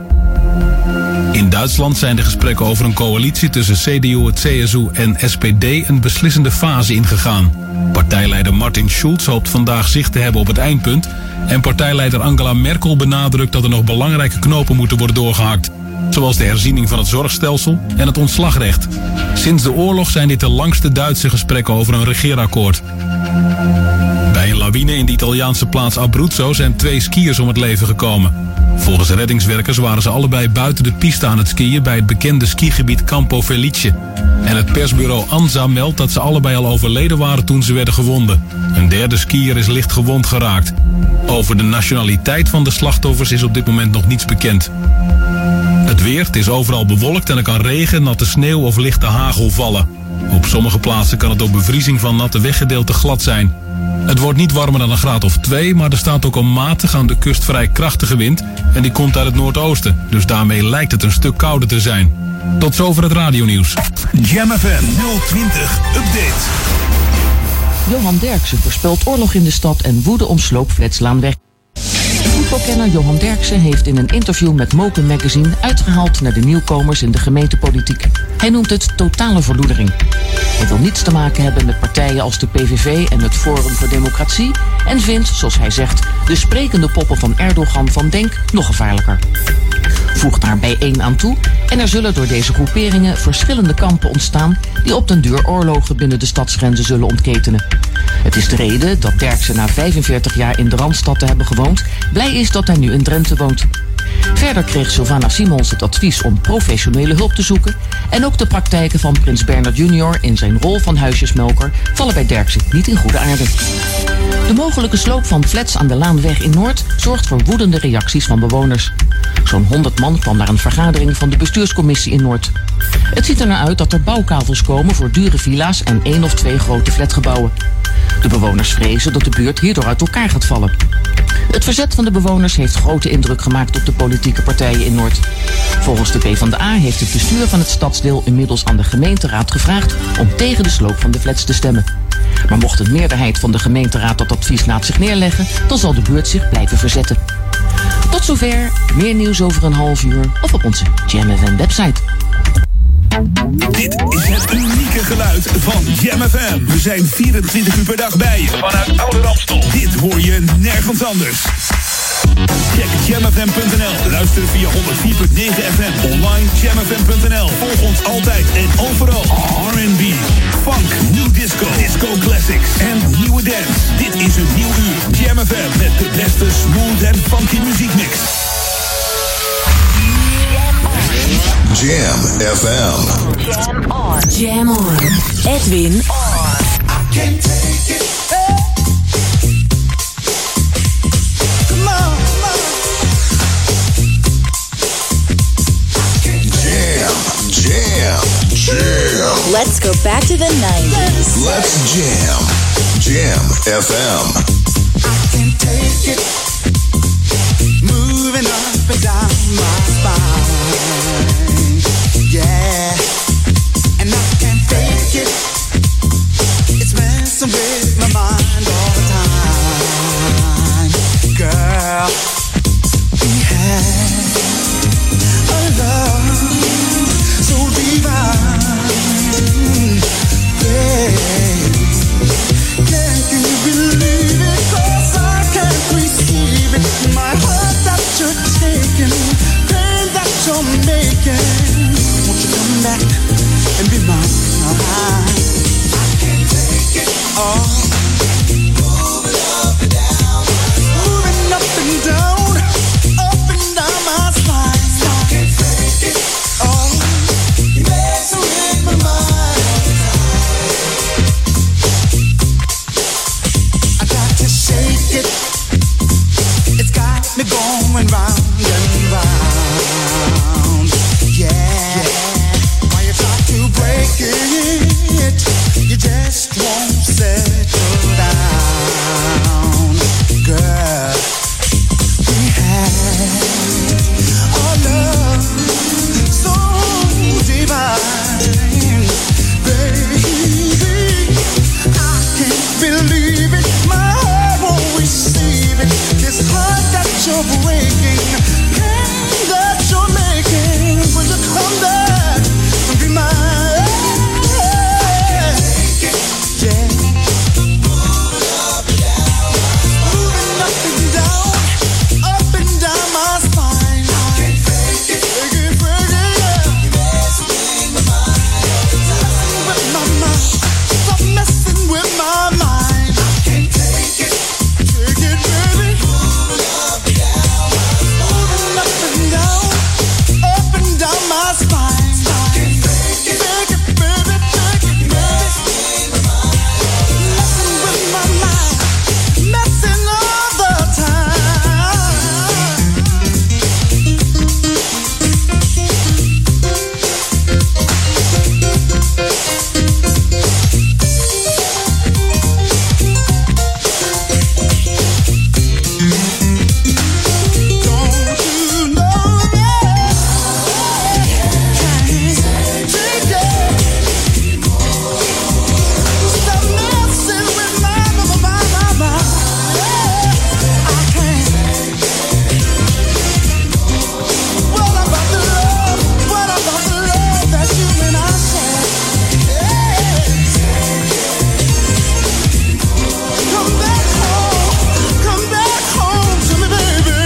In Duitsland zijn de gesprekken over een coalitie tussen CDU, CSU en SPD een beslissende fase ingegaan. Partijleider Martin Schulz hoopt vandaag zicht te hebben op het eindpunt en partijleider Angela Merkel benadrukt dat er nog belangrijke knopen moeten worden doorgehakt. Zoals de herziening van het zorgstelsel en het ontslagrecht. Sinds de oorlog zijn dit de langste Duitse gesprekken over een regeerakkoord. Bij een lawine in de Italiaanse plaats Abruzzo zijn 2 skiers om het leven gekomen. Volgens reddingswerkers waren ze allebei buiten de piste aan het skiën bij het bekende skigebied Campo Felice. En het persbureau ANSA meldt dat ze allebei al overleden waren toen ze werden gewonden. Een derde skier is licht gewond geraakt. Over de nationaliteit van de slachtoffers is op dit moment nog niets bekend. Het weer, het is overal bewolkt en er kan regen, natte sneeuw of lichte hagel vallen. Op sommige plaatsen kan het door bevriezing van natte weggedeelten glad zijn. Het wordt niet warmer dan een graad of 2, maar er staat ook een matig aan de kust vrij krachtige wind en die komt uit het noordoosten. Dus daarmee lijkt het een stuk kouder te zijn. Tot zover het radionieuws. Jam FM 020 Update. Johan Derksen voorspelt oorlog in de stad en woede om sloopfletslaan weg. Voetbalkenner Johan Derksen heeft in een interview met Moke Magazine uitgehaald naar de nieuwkomers in de gemeentepolitiek. Hij noemt het totale verloedering. Hij wil niets te maken hebben met partijen als de PVV en het Forum voor Democratie en vindt, zoals hij zegt, de sprekende poppen van Erdogan van Denk nog gevaarlijker. Voeg daar bijeen aan toe en er zullen door deze groeperingen verschillende kampen ontstaan die op den duur oorlogen binnen de stadsgrenzen zullen ontketenen. Het is de reden dat Derksen na 45 jaar in de Randstad te hebben gewoond blij is dat hij nu in Drenthe woont. Verder kreeg Sylvana Simons het advies om professionele hulp te zoeken en ook de praktijken van Prins Bernhard Jr. in zijn rol van huisjesmelker vallen bij Derksen niet in goede aarde. De mogelijke sloop van flats aan de Laanweg in Noord zorgt voor woedende reacties van bewoners. Zo'n 100 man kwam naar een vergadering van de bestuurscommissie in Noord. Het ziet er naar uit dat er bouwkavels komen voor dure villa's en 1 of 2 grote flatgebouwen. De bewoners vrezen dat de buurt hierdoor uit elkaar gaat vallen. Het verzet van de bewoners heeft grote indruk gemaakt op de politieke partijen in Noord. Volgens de PvdA heeft het bestuur van het stadsdeel inmiddels aan de gemeenteraad gevraagd om tegen de sloop van de flats te stemmen. Maar mocht een meerderheid van de gemeenteraad dat advies naast zich neerleggen, dan zal de buurt zich blijven verzetten. Tot zover, meer nieuws over een half uur of op onze Jam FM website. Dit is het unieke geluid van Jam FM. We zijn 24 uur per dag bij je vanuit Oude Ramstel. Dit hoor je nergens anders. Check jamfm.nl. Luister via 104.9 FM. Online jamfm.nl. Volg ons altijd en overal. R&B, funk, new disco, disco classics en nieuwe dance. Dit is een nieuw uur. Jam FM met de beste smooth en funky muziekmix. Jam FM. Jam on. Jam on. Edwin on. I can't take it. Come on, come on. Jam. Let's go back to the 90s. Let's jam. Jam FM. I can't take it. Moving up and down my spine. Yeah. And I can't fake it. It's messing with my mind all the time. Girl, we had a love so divine. Yeah. Can't you believe it? 'Cause I can't receive it. My heart that you're taking, pain that you're making. Won't you come back and be mine? I can't take it. Oh. Moving up and down. Moving up and down. Up and down my spine. I can't fake it. Oh. You're messing with my mind. I got to shake it. It's got me going round and round. Yeah. Why you try to break it? You just won't settle down. Girl, we had our love so divine. Baby, I can't believe it. My heart won't receive it. This heart that you're breaking, pain that you're making. Will you come back and be mine? Yeah. Moving up and down. Moving up and down. Up and down my spine. I can't fake it. Break it, break it, yeah. You're messing with my mind. Messing with my mind. Stop messing with my mind. I can't take it. Take it, baby. Moving up and down. Moving up and down. Up and down my spine. I can't take it. Take it, baby. Take it, baby. Messing with my mind. Messing all the time. Don't you know that I can't take it? Stop messing with my mind. I can't. What about the love? What about the love that you and I share? Come back home. Come back home to me, baby.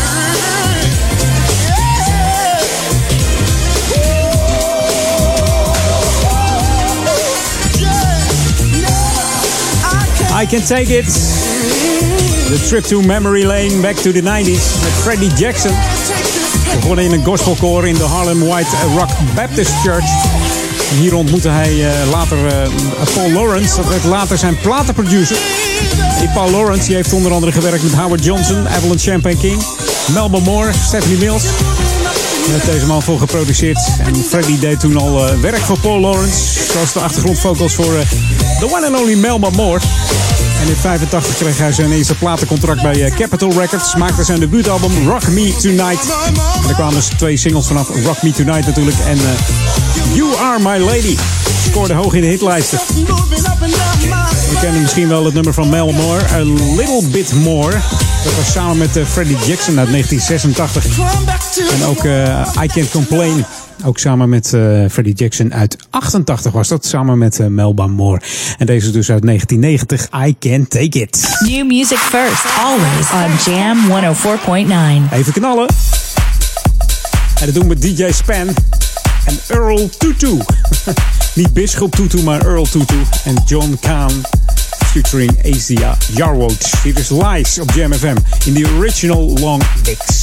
I Can Take It. The trip to memory lane back to the 90s met Freddie Jackson. Begonnen in een gospelkoor in de Harlem White Rock Baptist Church. En hier ontmoette hij later Paul Lawrence. Dat werd later zijn platenproducer. Die Paul Lawrence die heeft onder andere gewerkt met Howard Johnson, Evelyn Champagne King, Melba Moore, Stephanie Mills. Daar heeft deze man voor geproduceerd. En Freddie deed toen al werk voor Paul Lawrence. Zoals de achtergrondvocals voor the one and only Melba Moore. En in 1985 kreeg hij zijn eerste platencontract bij Capitol Records. Maakte zijn debuutalbum Rock Me Tonight. En er kwamen dus 2 singles vanaf. Rock Me Tonight natuurlijk en You Are My Lady. scoorde hoog in de hitlijsten. We kennen misschien wel het nummer van Mel Moore, A Little Bit More. Dat was samen met Freddie Jackson uit 1986. En ook I Can't Complain. Ook samen met Freddie Jackson uit 88 was dat. Samen met Melba Moore. En deze dus uit 1990. I Can't Take It. New music first. Always on Jam 104.9. Even knallen. En dat doen we met DJ Span. En Earl Tutu. Niet Bisschop Tutu, maar Earl Tutu. En John Kahn. Featuring Asia Yarwood. Hier is Lies op Jam FM. In the original long mix.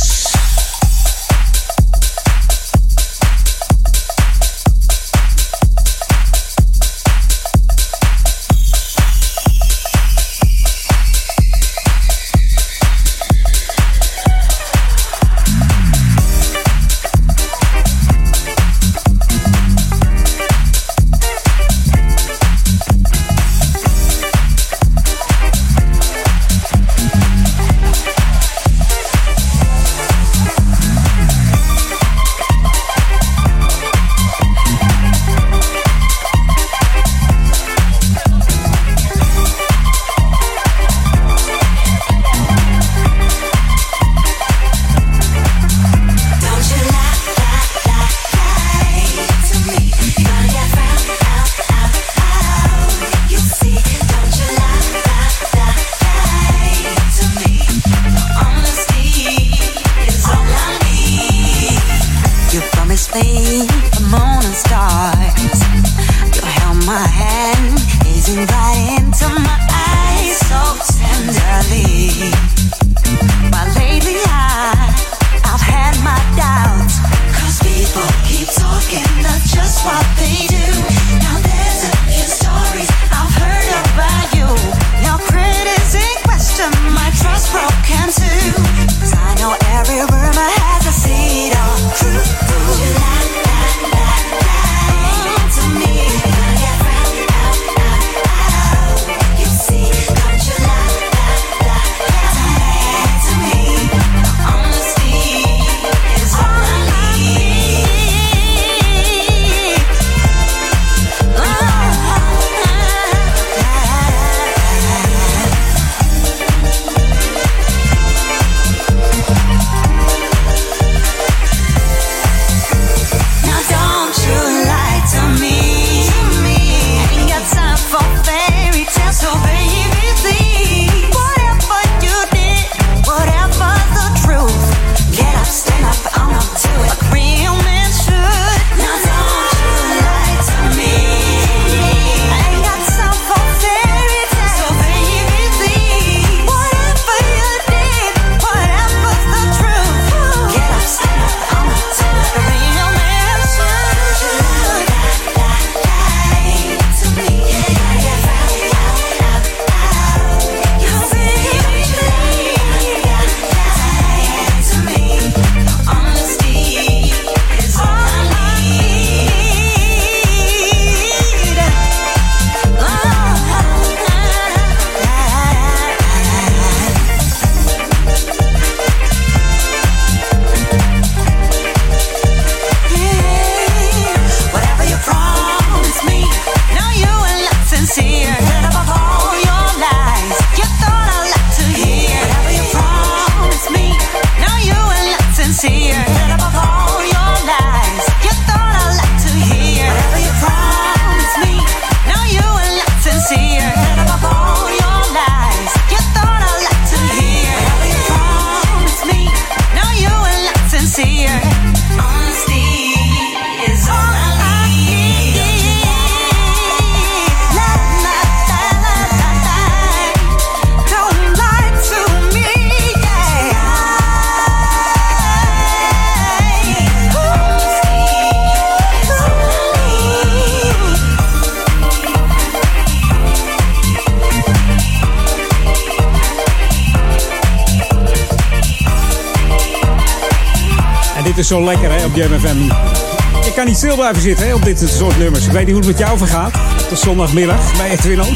Dit is zo lekker hè, op Jam FM. Je kan niet stil blijven zitten hè, op dit soort nummers. Ik weet niet hoe het met jou vergaat. Op de zondagmiddag bij Edwin On.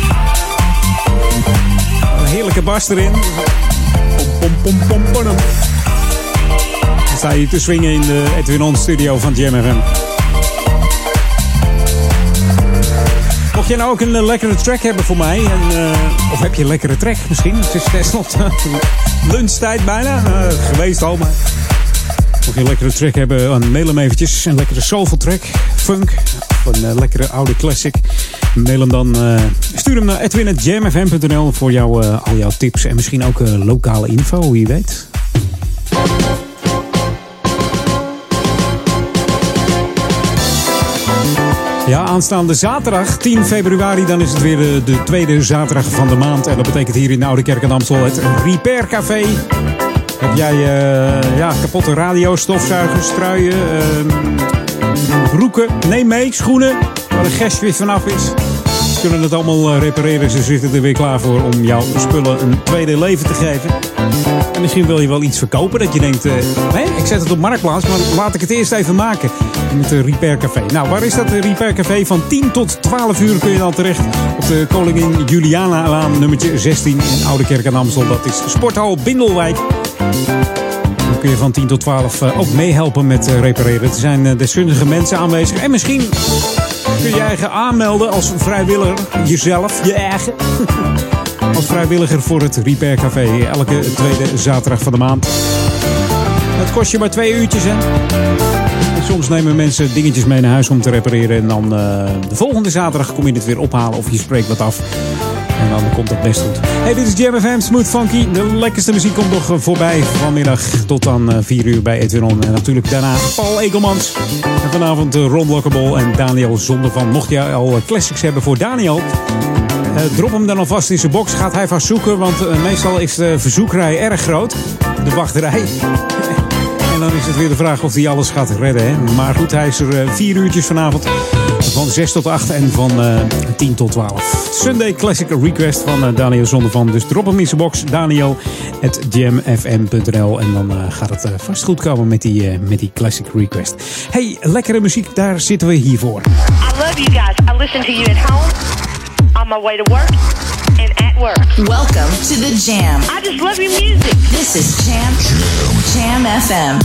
Een heerlijke bas erin. Pom, pom, pom, pom, pom. Dan sta je te swingen in de Edwin On studio van Jam FM. Mocht jij nou ook een lekkere track hebben voor mij, of heb je een lekkere track misschien? Het is tenslotte lunchtijd bijna, geweest al, maar mocht je een lekkere track hebben, dan mail hem eventjes. Een lekkere soulful track, funk, of een lekkere oude classic. Mail hem dan, stuur hem naar edwin@jamfm.nl voor jou, al jouw tips en misschien ook lokale info, wie weet. Ja, aanstaande zaterdag, 10 februari, dan is het weer de tweede zaterdag van de maand. En dat betekent hier in de Oude Kerk aan Amstel het Repair Café. Heb jij kapotte radio's, stofzuigers, truien, broeken? Neem mee, schoenen, waar de gerst weer vanaf is. Ze kunnen het allemaal repareren. Ze zitten er weer klaar voor om jouw spullen een tweede leven te geven. En misschien wil je wel iets verkopen dat je denkt, ik zet het op Marktplaats, maar laat ik het eerst even maken. Met de Repair Café. Nou, waar is dat Repair Café? Van 10 tot 12 uur kun je dan terecht op de Koningin Juliana-laan, nummertje 16 in Oude Kerk aan Amstel. Dat is Sporthal Bindelwijk. Dan kun je van 10 tot 12 ook meehelpen met repareren. Er zijn deskundige mensen aanwezig. En misschien kun je je eigen aanmelden als vrijwilliger. Jezelf, je eigen. Als vrijwilliger voor het Repair Café. Elke tweede zaterdag van de maand. Het kost je maar 2 uurtjes, hè. En soms nemen mensen dingetjes mee naar huis om te repareren. En dan de volgende zaterdag kom je het weer ophalen of je spreekt wat af. En dan komt het best goed. Hey, dit is Jam FM, Smooth Funky. De lekkerste muziek komt nog voorbij vanmiddag tot dan 4 uur bij Edwin On. En natuurlijk daarna Paul Ekelmans. En vanavond Ron Lockable en Daniel Zondervan. Mocht je al classics hebben voor Daniel, drop hem dan alvast in zijn box. Gaat hij vast zoeken, want meestal is de verzoekrij erg groot. De wachterij. En dan is het weer de vraag of hij alles gaat redden. Hè? Maar goed, hij is er 4 uurtjes vanavond. Van 6 tot 8 en van 10 tot 12. Sunday Classic Request van Daniel Zondervan. Dus drop hem in zijn box. Daniel@jamfm.nl. En dan gaat het vast goed komen met die Classic Request. Hey, lekkere muziek, daar zitten we hier voor. I love you guys. I listen to you at home, on my way to work, and at work. Welcome to the Jam. I just love your music. This is Jam FM.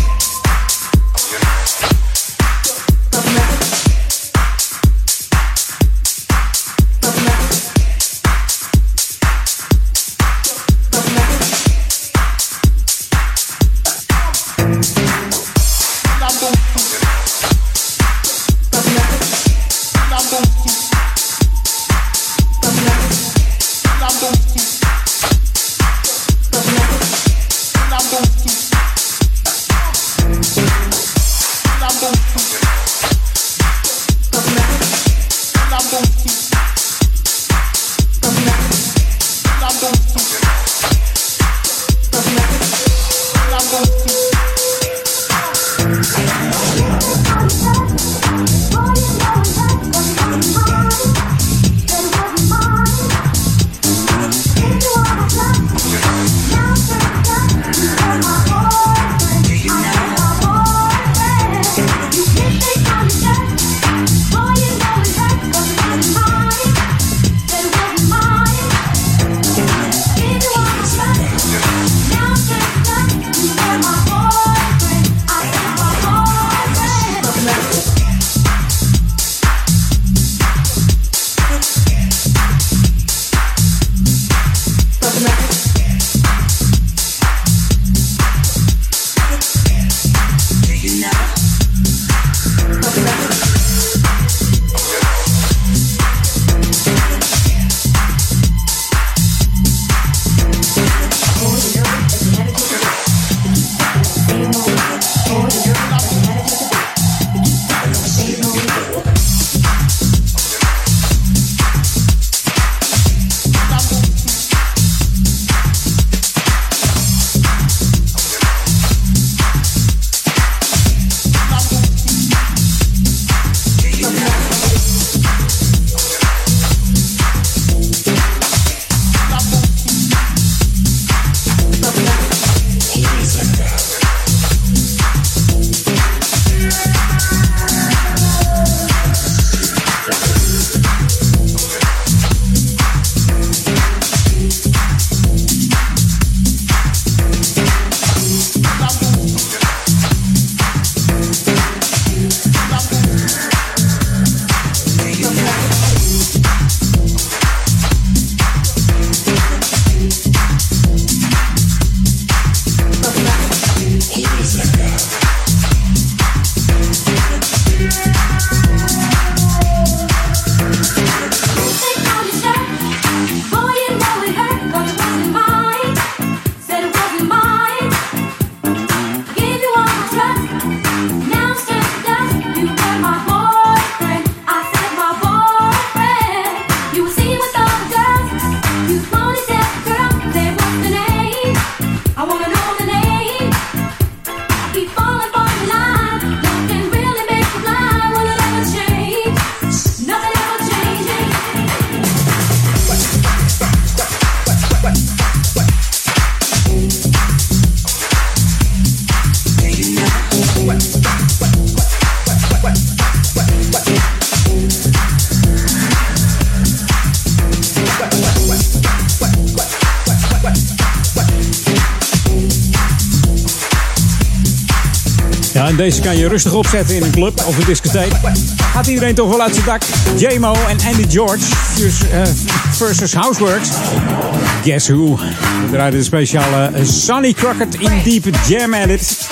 Ja, en deze kan je rustig opzetten in een club of een discotheek. Gaat iedereen toch wel uit zijn dak. J-Mo en Andy George versus Houseworks. Guess Who. We draaiden de speciale Sonny Crockett in Deep Jam Edit.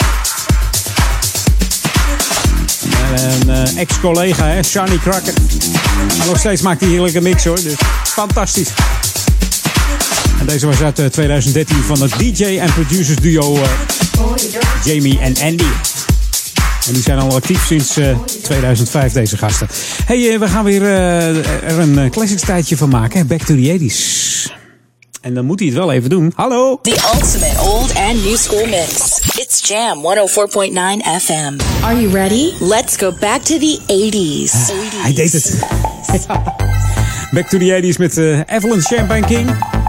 En een ex-collega, hè, Sonny Crockett. Maar nog steeds maakt hij heerlijke mix hoor. Dus fantastisch. En deze was uit 2013 van het DJ en producers duo Jamie en Andy. En die zijn al actief sinds 2005, deze gasten. Hey, we gaan weer er een classics tijdje van maken. Back to the 80s. En dan moet hij het wel even doen. Hallo! The ultimate old and new school mix. It's Jam 104.9 FM. Are you ready? Let's go back to the 80s. Hij deed het. Back to the 80s met Evelyn Champagne King.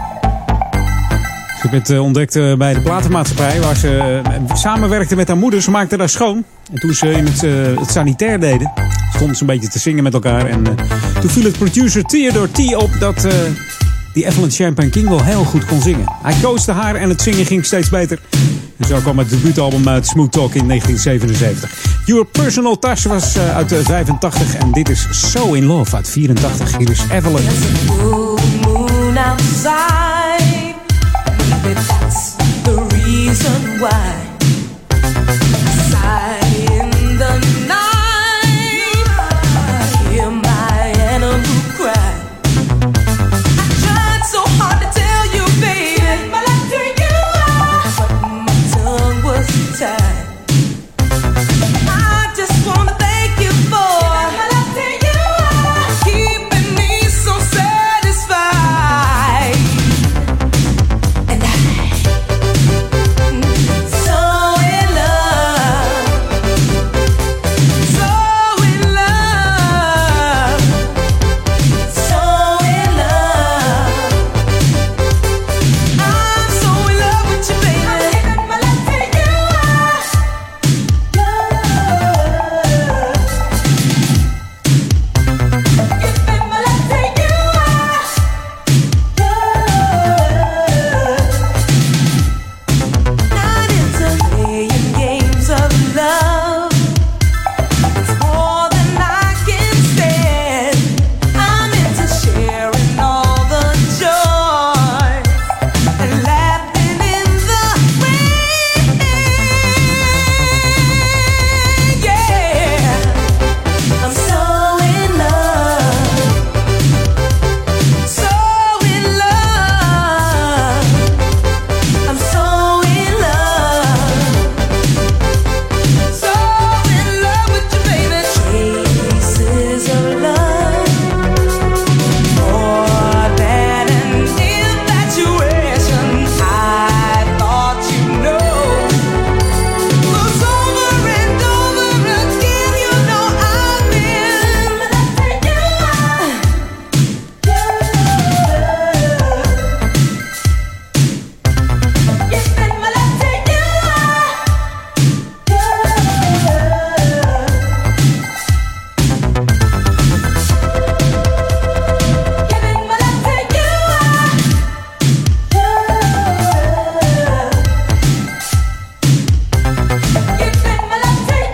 Ze werd ontdekt bij de platenmaatschappij waar ze samenwerkte met haar moeder. Ze maakte daar schoon. En toen ze in het sanitair deden, stonden ze een beetje te zingen met elkaar. En toen viel het producer Theodore T op dat die Evelyn Champagne King wel heel goed kon zingen. Hij coachte haar en het zingen ging steeds beter. En zo kwam het debuutalbum uit Smooth Talk in 1977. Your Personal Touch was uit 85 en dit is So In Love uit 84. Hier is Evelyn. Moon outside, maybe that's the reason why. Sigh in the night, hear my animal cry. I tried so hard to tell you, baby, my love to you, but my tongue was tied. I just wanna thank you for my love to you, keeping me so satisfied. And so in love, so in love, so in love. I'm so in love with you, baby. I'm giving my life to you. Giving my life to you. Not into playing games of love. It's more than I can stand. I'm into sharing all the joy and laughing in the rain. Yeah, I'm so in love, so in love. I'm so in love, so in love with you, baby. Traces of love, more than an infatuation. I thought you know. Goes over and over again. You know I've been to you. Giving my life to you. Giving my life to you. Giving my life to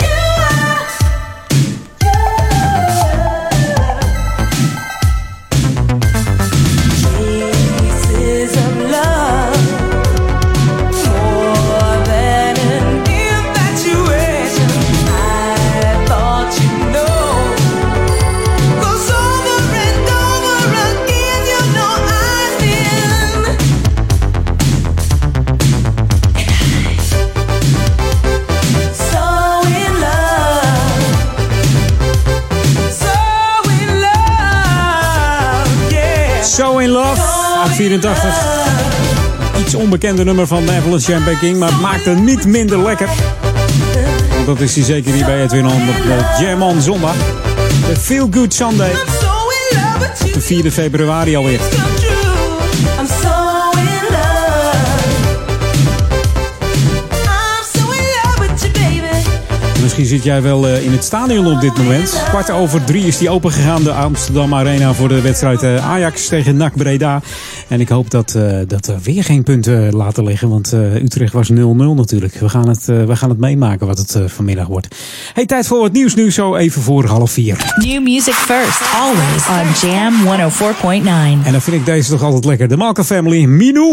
you. Traces of love, more than an infatuation. I thought you know. Goes over and over again. You know I've been. So in love, so in love, yeah. So In Love uit 84. Iets onbekende nummer van Evelyn Champagne King, maar het maakt het niet minder lekker. Want dat is hij zeker hier bij Edwin On op de Jam On zondag. De Feel Good Sunday. Op de 4e februari alweer. I'm so in love. I'm so in love with you, baby. En Misschien zit jij wel in het stadion op dit moment. 2:15 is die opengegaan, de Amsterdam Arena, voor de wedstrijd Ajax tegen NAC Breda. En ik hoop dat we weer geen punten laten liggen, want Utrecht was 0-0 natuurlijk. We gaan het meemaken wat het vanmiddag wordt. Hey, tijd voor het nieuws nu, zo even voor 3:30. New music first, always on Jam 104.9. En dan vind ik deze toch altijd lekker. De Malka Family, Minou.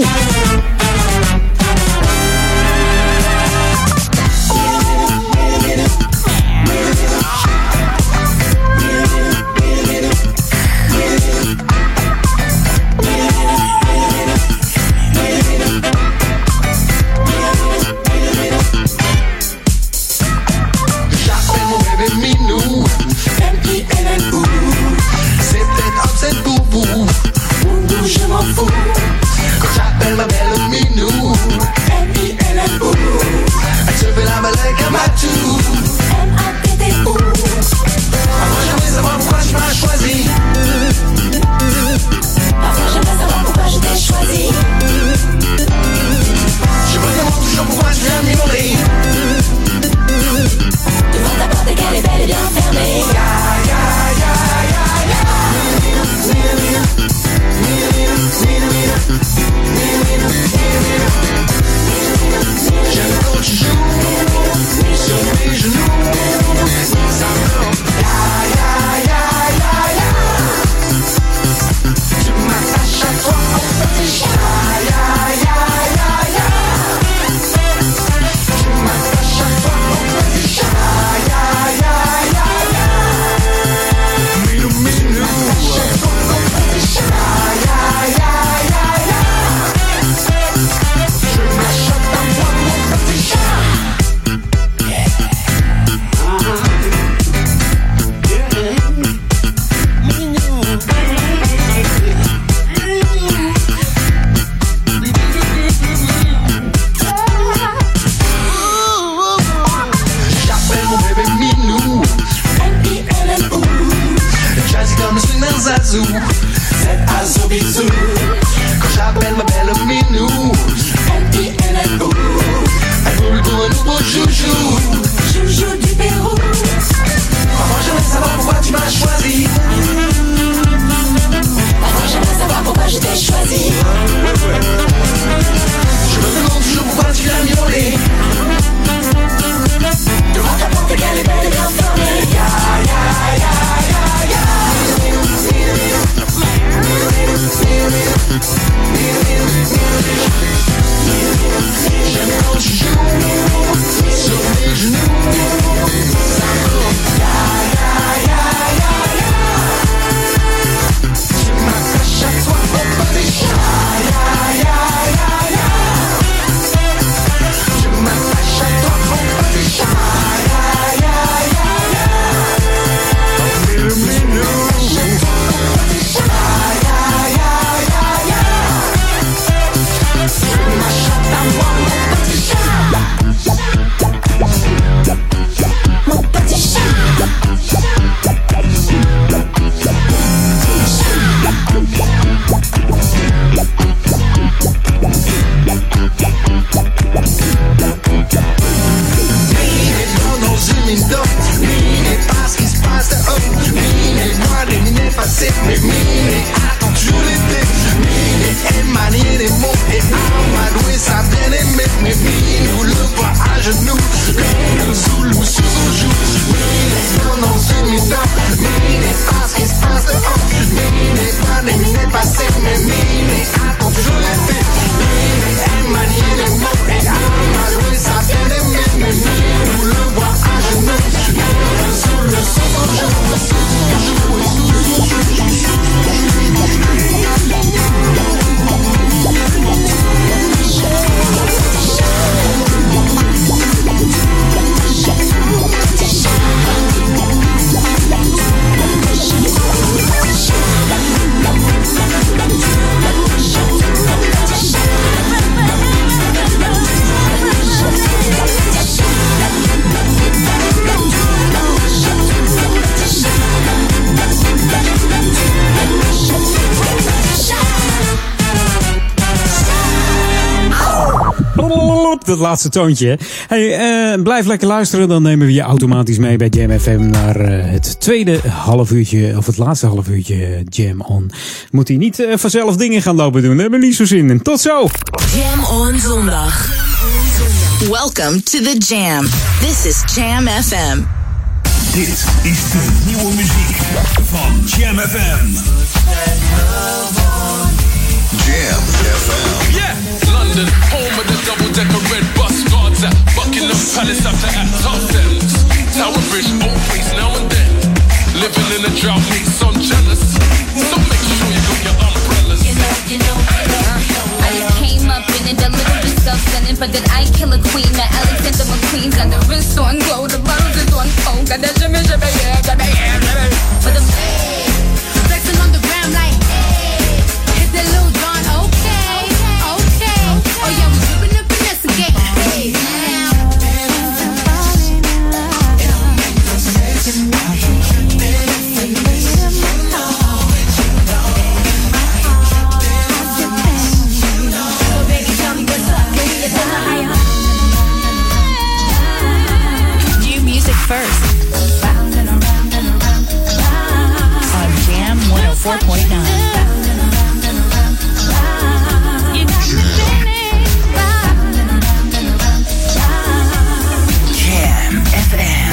op dat laatste toontje. Hey, blijf lekker luisteren. Dan nemen we je automatisch mee bij Jam FM naar het tweede halfuurtje, of het laatste halfuurtje Jam On. Moet hij niet vanzelf dingen gaan lopen doen. Daar hebben we niet zo zin in. Tot zo! Jam On zondag. Welcome to the Jam. This is Jam FM. Dit is de nieuwe muziek van Jam FM. Jam FM. Yeah, London, home of the double-decker red bus guards at Buckingham Palace after at hotels. Tower Bridge, always now and then. Living in a drought makes some jealous. So make sure you got your umbrellas. I came up in it a little bit self-centered, but then I kill a queen. The Alexander McQueen got the wrist on glow, the bottles is on cold. Got that shimmy, shimmy, yeah, shimmy, yeah, shimmy. For the flexing on the gram like, hey, hit that little John, okay, okay. Oh yeah, we dripping the finesse and get hey now. New music first. On Jam 104.9. Jam FM.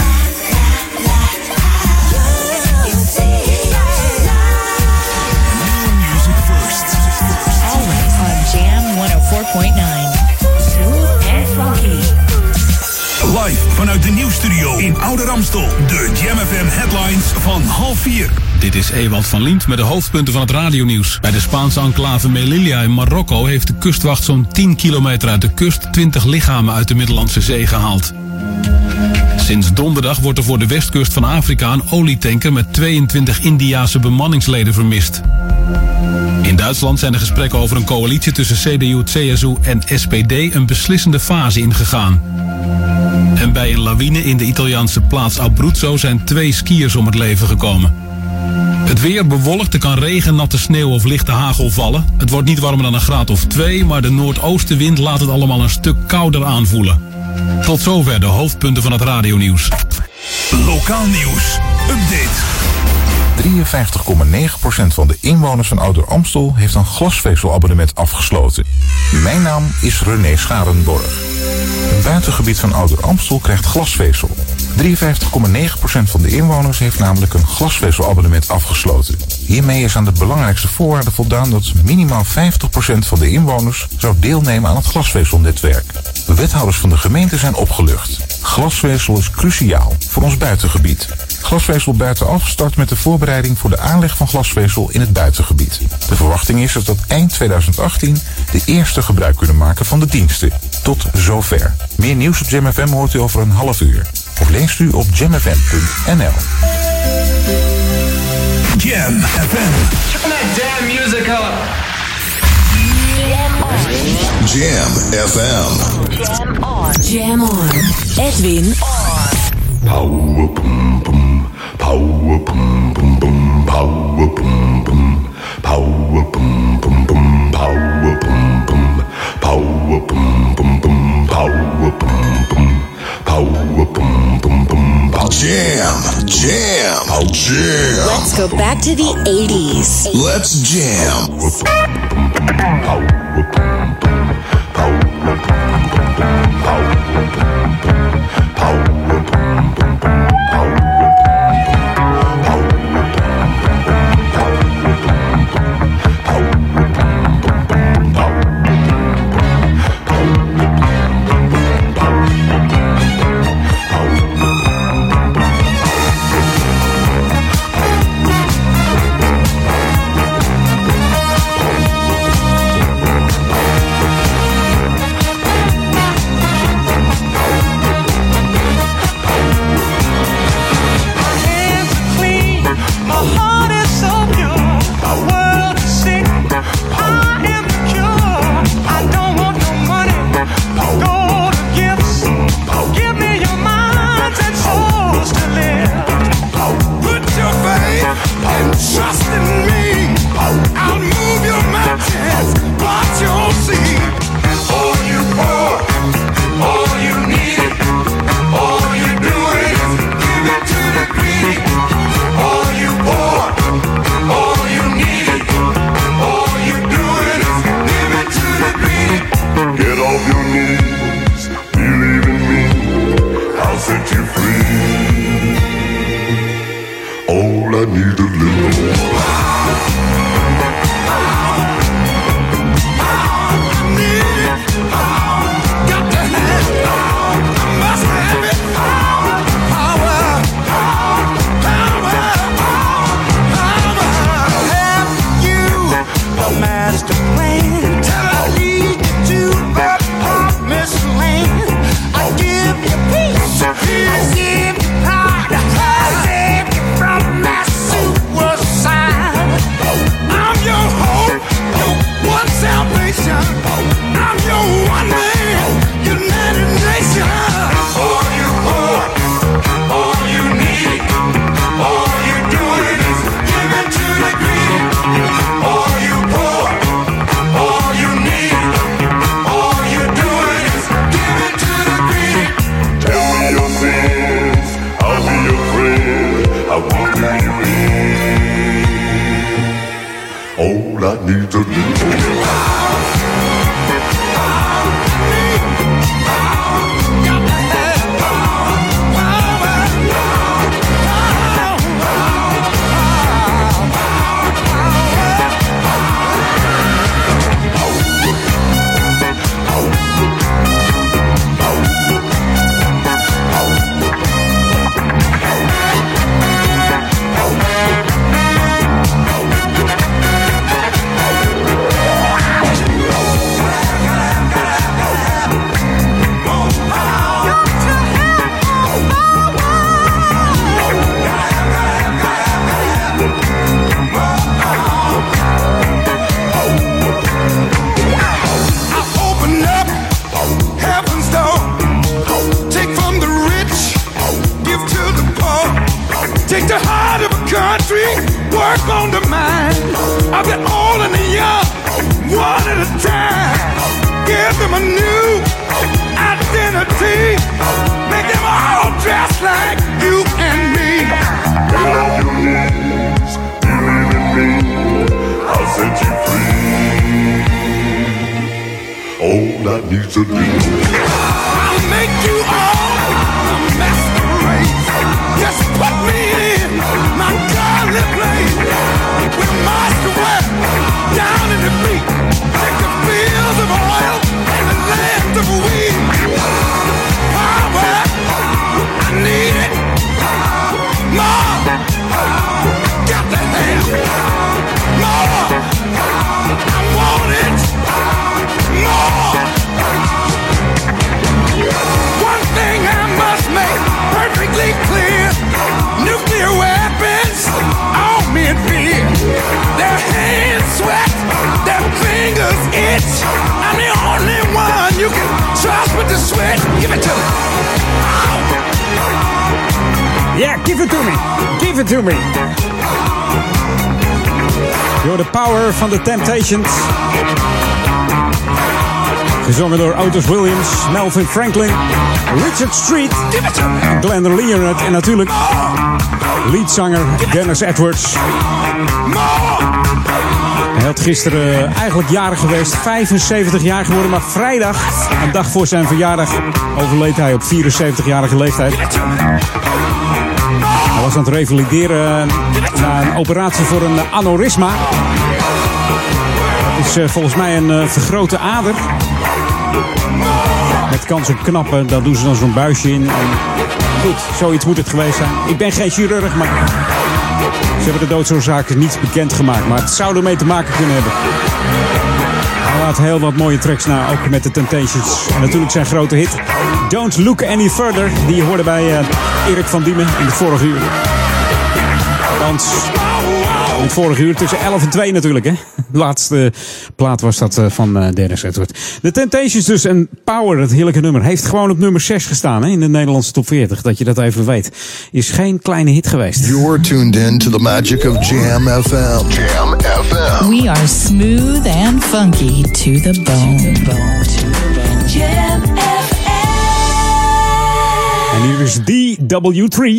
Music first. Always on Jam 104.9. Smooth and funky. Live vanuit de nieuwsstudio in Oude Ramstel. De Jam FM headlines van 3:30. Dit is Ewald van Liemt met de hoofdpunten van het radionieuws. Bij de Spaanse enclave Melilla in Marokko heeft de kustwacht zo'n 10 kilometer uit de kust 20 lichamen uit de Middellandse Zee gehaald. Sinds donderdag wordt er voor de westkust van Afrika een olietanker met 22 Indiase bemanningsleden vermist. In Duitsland zijn de gesprekken over een coalitie tussen CDU, CSU en SPD een beslissende fase ingegaan. En bij een lawine in de Italiaanse plaats Abruzzo zijn 2 skiers om het leven gekomen. Het weer bewolkt, er kan regen, natte sneeuw of lichte hagel vallen. Het wordt niet warmer dan een graad of 2, maar de noordoostenwind laat het allemaal een stuk kouder aanvoelen. Tot zover de hoofdpunten van het radionieuws. Lokaal nieuws. Update. 53,9% van de inwoners van Ouder Amstel heeft een glasvezelabonnement afgesloten. Mijn naam is René Scharenborg. Het buitengebied van Ouder Amstel krijgt glasvezel. 53,9% van de inwoners heeft namelijk een glasvezelabonnement afgesloten. Hiermee is aan de belangrijkste voorwaarde voldaan dat minimaal 50% van de inwoners zou deelnemen aan het glasvezelnetwerk. De wethouders van de gemeente zijn opgelucht. Glasvezel is cruciaal voor ons buitengebied. Glasvezel buitenaf start met de voorbereiding voor de aanleg van glasvezel in het buitengebied. De verwachting is dat eind 2018 de eerste gebruik kunnen maken van de diensten. Tot zover. Meer nieuws op Jam FM hoort u over een half uur. Of leest u op jamfm.nl. Jam FM. Turn that damn music up. Jam FM. Jam on. Jam on. Edwin on. Power boom boom. Power boom boom boom. Power boom boom. Power boom boom boom. Power boom boom. Power boom boom boom. Power boom boom. Power boom boom boom. Jam. Jam. Jam. Let's go back to the 80s. Let's jam. need a little. Master plan till I lead you to the promised land. I give you peace, I give you pride, I save you from that suicide. I'm your hope, your one salvation. I'm your one man, United Nations. All you want, all you need, all you doing is giving to the greedy. All you want, all you need, all you doing is giving to the greedy. Tell me your sins, I'll be your friend. I won't do you in. All I need is a little. Take the heart of a country, work on the mind of the old and the young, one at a time. Give them a new identity, make them all dressed like you and me. Get on your knees, believe in me, I'll set you free. All I need's a little. I'll make you all a master race. Just put me in my godly place. With master work down in the beat. Take the fields of oil and the lands of wheat. Power, I need it. More, got to have more. I want it. More. One thing I must make perfectly clear. Nuclear weapons, all men fear. Their hands sweat, their fingers itch. I'm the only one you can trust with the switch. Give it to me. Yeah, give it to me. Give it to me. Door the power van The Temptations. Gezongen door Otis Williams, Melvin Franklin, Richard Street, Glenda Leonard en natuurlijk leadzanger Dennis Edwards. Hij had gisteren eigenlijk jarig geweest, 75 jaar geworden, maar vrijdag, een dag voor zijn verjaardag, overleed hij op 74-jarige leeftijd. Hij was aan het revalideren na een operatie voor een aneurysma. Dat is volgens mij een vergrote ader. Met kans op knappen, daar doen ze dan zo'n buisje in. En goed, zoiets moet het geweest zijn. Ik ben geen chirurg, maar ze hebben de doodsoorzaak niet bekendgemaakt. Maar het zou ermee te maken kunnen hebben. Hij laat heel wat mooie tracks na, ook met de Temptations. En natuurlijk zijn grote hit, Don't Look Any Further. Die je hoorde bij Erik van Diemen in het vorige uur. Want in het vorige uur tussen 11 en 2 natuurlijk, hè. De laatste plaat was dat van Dennis Edwards. De Temptations dus, en Power, dat heerlijke nummer, heeft gewoon op nummer 6 gestaan, hè, in de Nederlandse top 40. Dat je dat even weet. Is geen kleine hit geweest. You're tuned in to the magic of Jam FM. Jam FM. We are smooth and funky to the bone. Jam FM. En hier is DW3.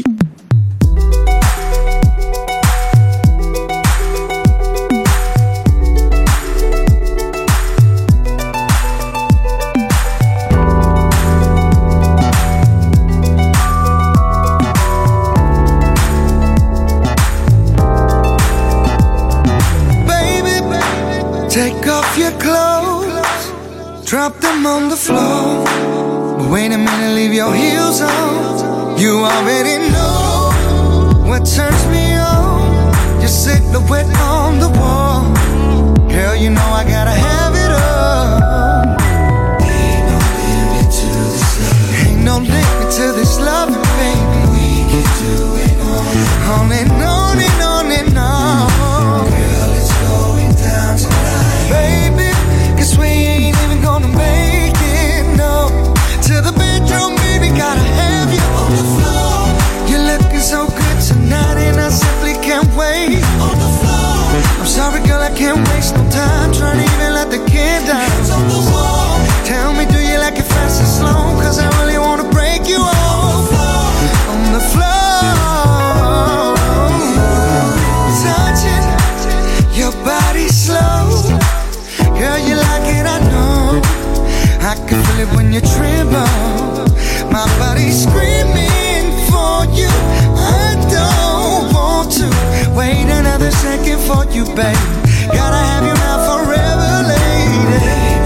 drop them on the floor. But wait a minute, leave your heels on. You already know what turns me on. Your silhouette on the wall. Girl, you know I gotta have it all. Ain't no limit to this love. Ain't no limit to this love, baby. We can do it on and on and on and on. Girl, it's going down tonight, baby. 'Cause we ain't even gonna make it, no. To the bedroom, baby, gotta have you on the floor. You're looking so good tonight, and I simply can't wait. On the floor. I'm sorry, girl, I can't waste no time trying to even let the kid down. Hands on the wall. Tell me, do you like it fast or slow? 'Cause I really wanna break you off. On the floor. Touching your body slow. Girl, you like it, I know. I can feel it when you tremble. My body's screaming for you. I don't want to wait another second for you, babe. Gotta have you now forever, lady.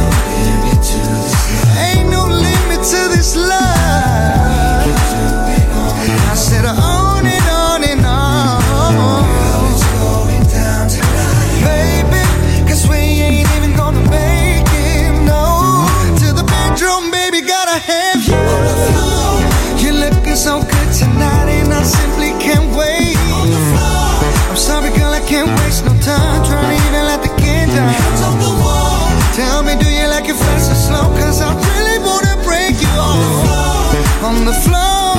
Ain't no limit to this love. I said on and on and on. Girl, it's going down tonight, baby. 'Cause we ain't even gonna make it, no. To the bedroom, baby, gotta have you on the floor. You're looking so good tonight, and I simply can't wait. On the floor. I'm sorry, girl, I can't waste no time trying to even let the kid down. Hands on the wall. Tell me, do you like it fast or slow? 'Cause I really wanna break you off. On the floor.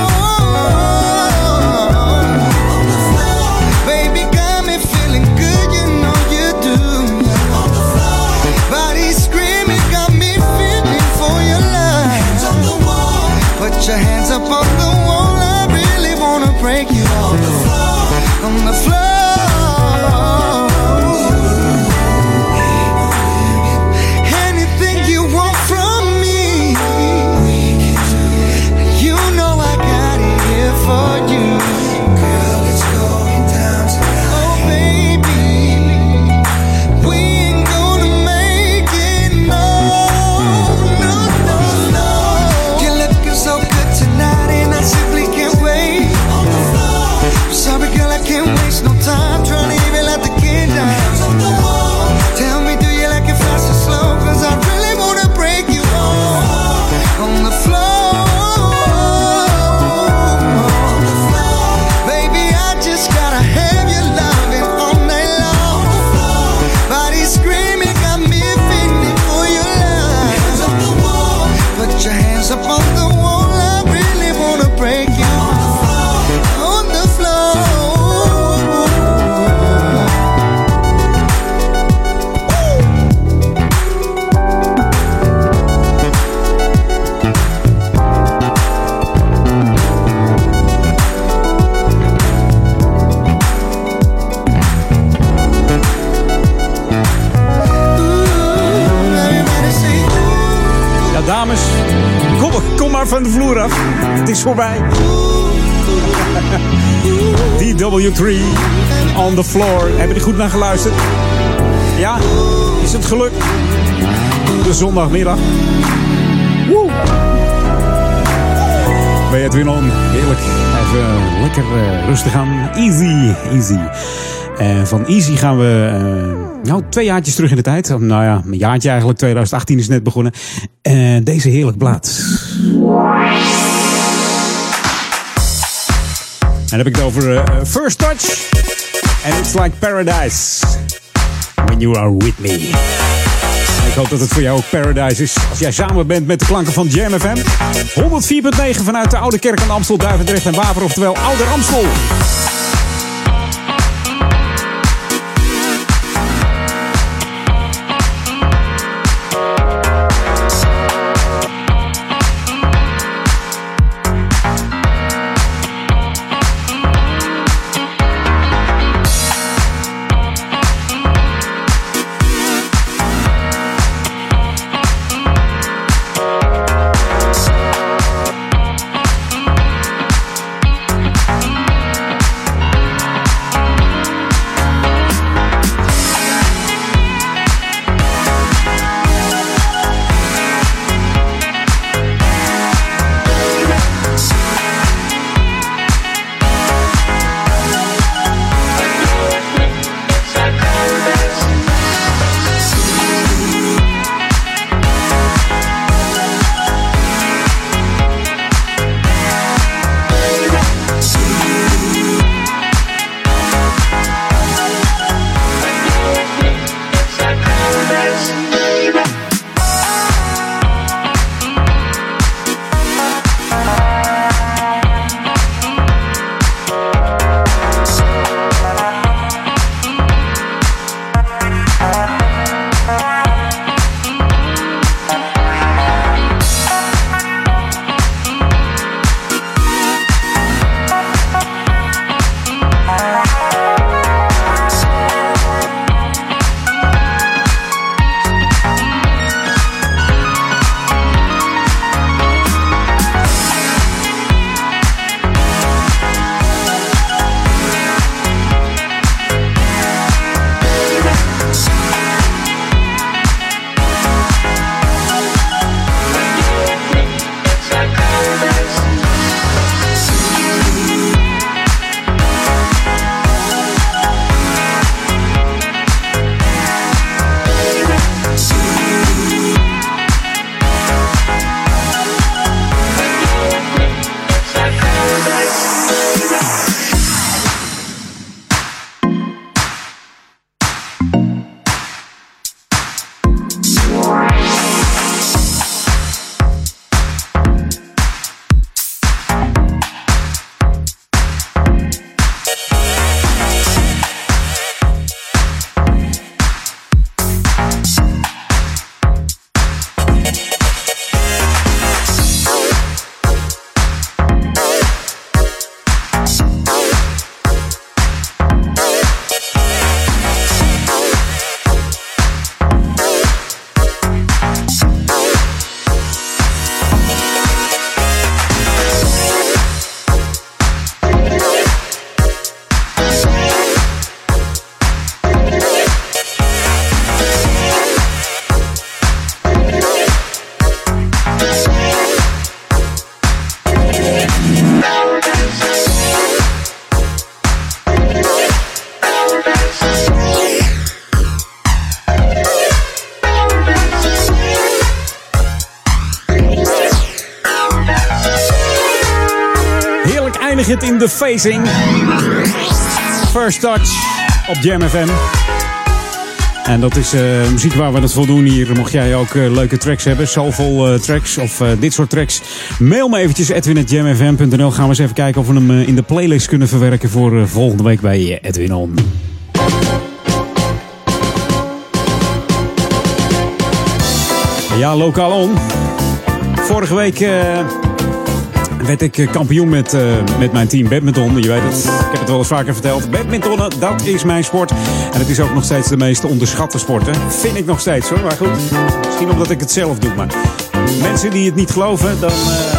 On the floor. Baby, got me feeling good, you know you do. On the floor. Body screaming, got me feeling for your love. Hands on the wall. Put your hands up on the wall, I really wanna break you off. On the floor. On the floor. Anything you want from me, you know I got it here for you. Girl, it's going down tonight. Oh, baby, we ain't gonna make it, no, no, no, no. You're looking so good tonight, and I simply can't wait. On the floor. Sorry, girl, I can't waste no time trying to even let the kid down. Hands on the wall. Tell me, do you like it fast or slow? 'Cause I really wanna break you off. On the floor. On the floor. Baby, I just gotta have your loving all night long. Body screaming, got me feeling for your love. Hands on the wall. Put your hands up on the wall, I really wanna break you off. On the floor. Ja, dames, kom maar van de vloer af. Het is voorbij. DW3 on the floor. Hebben jullie goed naar geluisterd? Ja, is het gelukt? De zondagmiddag. Woe! Ben je het weer on? Heerlijk. Even lekker rustig aan. Easy. Van Easy gaan we 2 jaartjes terug in de tijd. Nou ja, een jaartje eigenlijk. 2018 is net begonnen. Deze heerlijk plaat. En dan heb ik het over First Touch. And It's Like Paradise. When You Are With Me. Ik hoop dat het voor jou ook Paradise is. Als jij samen bent met de klanken van Jam FM. 104.9 vanuit de Oude Kerk aan Amstel, Duivendrecht en Waver. Oftewel Ouder Amstel. eindig het in The Facing. First Touch op Jam FM. En dat is muziek waar we het voor doen hier. Mocht jij ook leuke tracks hebben, soulful tracks of dit soort tracks. Mail me eventjes edwin@jamfm.nl. Gaan we eens even kijken of we hem in de playlist kunnen verwerken voor volgende week bij Edwin On. Ja, lokaal on. Vorige week werd ik kampioen met mijn team badminton. Je weet het, ik heb het wel eens vaker verteld. Badmintonnen, dat is mijn sport. En het is ook nog steeds de meest onderschatte sport. Hè? Vind ik nog steeds hoor. Maar goed, misschien omdat ik het zelf doe. Maar mensen die het niet geloven, dan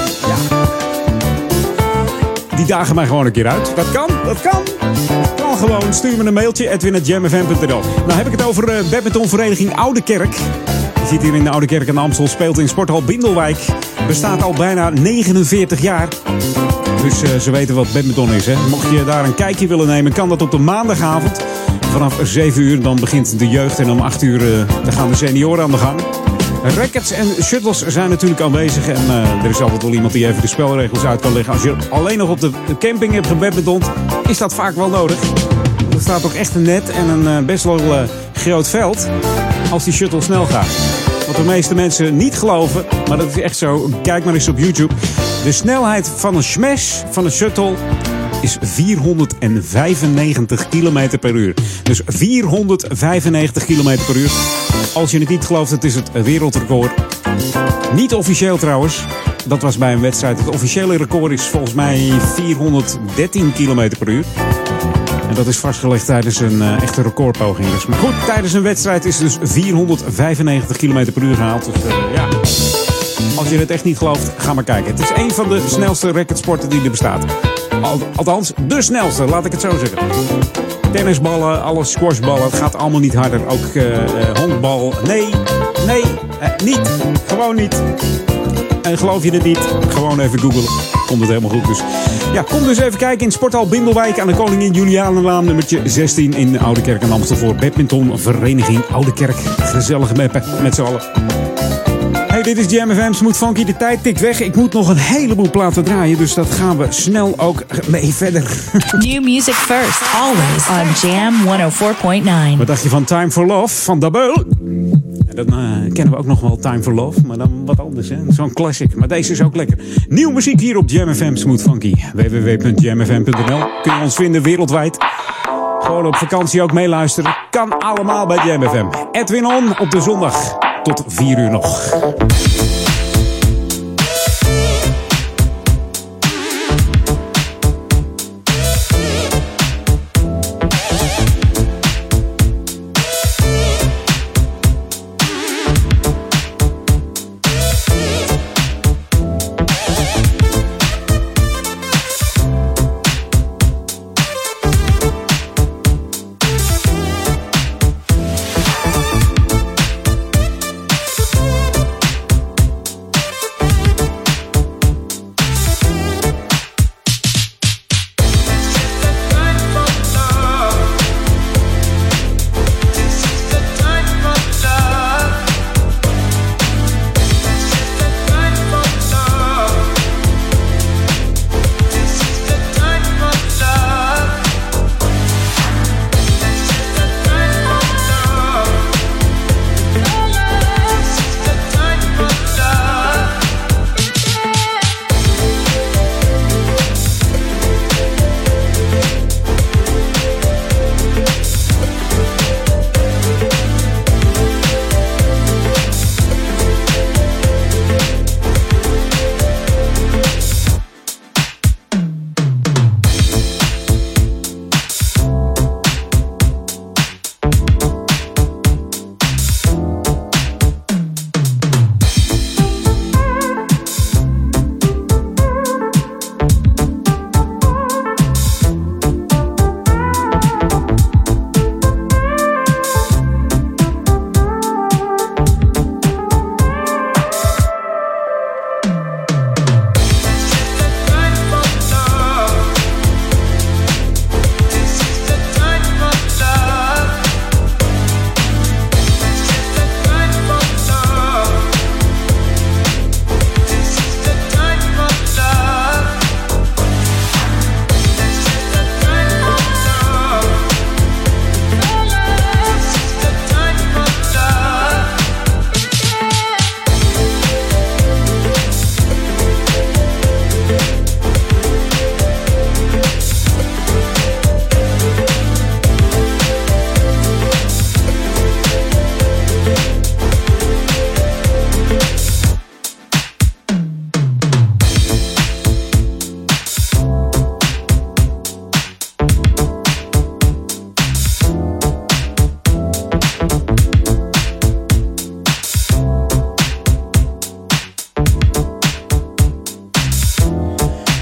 die dagen mij gewoon een keer uit. Dat kan. Kan gewoon. Stuur me een mailtje, edwin@jamfm.nl. Nou heb ik het over badmintonvereniging Oude Kerk. Die zit hier in de Oude Kerk aan de Amstel, speelt in sporthal Bindelwijk. Bestaat al bijna 49 jaar. Dus ze weten wat badminton is. Hè? Mocht je daar een kijkje willen nemen, kan dat op de maandagavond. Vanaf 7 uur, dan begint de jeugd. En om 8 uur dan gaan de senioren aan de gang. Rackets en shuttles zijn natuurlijk aanwezig. En er is altijd wel iemand die even de spelregels uit kan leggen. Als je alleen nog op de camping hebt gebadmintond, is dat vaak wel nodig. Er staat ook echt een net en een best wel groot veld als die shuttle snel gaat. Wat de meeste mensen niet geloven, maar dat is echt zo. Kijk maar eens op YouTube. De snelheid van een smash van een shuttle is 495 km per uur. Dus 495 km per uur. Als je het niet gelooft, het is het wereldrecord. Niet officieel trouwens. Dat was bij een wedstrijd. Het officiële record is volgens mij 413 km per uur. En dat is vastgelegd tijdens een echte recordpoging. Dus, maar goed, tijdens een wedstrijd is dus 495 km per uur gehaald. Dus ja, als je het echt niet gelooft, ga maar kijken. Het is een van de snelste racketsporten die er bestaat. Althans, de snelste, laat ik het zo zeggen. Tennisballen, alle squashballen, het gaat allemaal niet harder. Ook honkbal, nee, niet. Gewoon niet. En geloof je het niet, gewoon even googlen. Komt het helemaal goed. Dus ja, kom dus even kijken in Sporthal Bindelwijk aan de Koningin Julianenlaan, nummertje 16 in Oude Kerk en Amstel voor badminton vereniging Oude Kerk. Gezellige meppen met z'n allen. Hey, dit is Jam FM, Smooth Funky. De tijd tikt weg. Ik moet nog een heleboel platen draaien, dus dat gaan we snel ook mee verder. New music first, always on Jam 104.9. Wat dacht je van Time for Love van Dabeul? Dan kennen we ook nog wel Time for Love, maar dan wat anders. Hè? Zo'n classic, maar deze is ook lekker. Nieuw muziek hier op Jam FM Smooth Funky. www.jamfm.nl. Kun je ons vinden wereldwijd. Gewoon op vakantie ook meeluisteren. Kan allemaal bij Jam FM. Edwin On op de zondag. Tot 4 uur nog.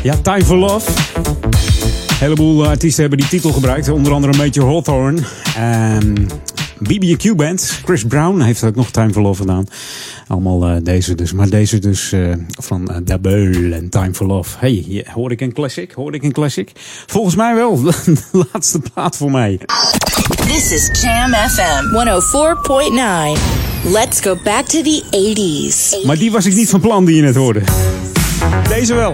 Ja, Time for Love. Een heleboel artiesten hebben die titel gebruikt. Onder andere Major Hawthorne. BB&Q Band. Chris Brown heeft ook nog Time for Love gedaan. Allemaal deze dus. Maar deze dus van Dabel en Time for Love. Hey, hoor ik een classic? Volgens mij wel. De laatste plaat voor mij. This is Jam FM 104.9. Let's go back to the 80s. Maar die was ik niet van plan die je net hoorde. Deze wel.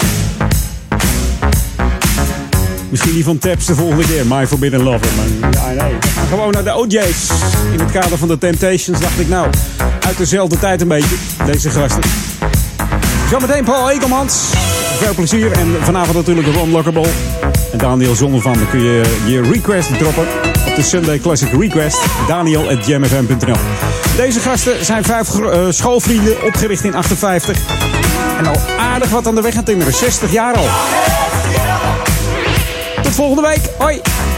Misschien die van Taps de volgende keer. My Forbidden Lover. Maar nee. Gewoon naar de OJ's. In het kader van de Temptations dacht ik nou. Uit dezelfde tijd een beetje. Deze gasten. Zometeen Paul Ekelmans. Veel plezier. En vanavond natuurlijk Ron Lockerball. En Daniel Zonnevan. Dan kun je je request droppen. Op de Sunday Classic Request. Daniel@jamfm.nl. Deze gasten zijn 5 schoolvrienden. Opgericht in 58. En al aardig wat aan de weg aan timmeren. 60 jaar al. Tot volgende week. Hoi.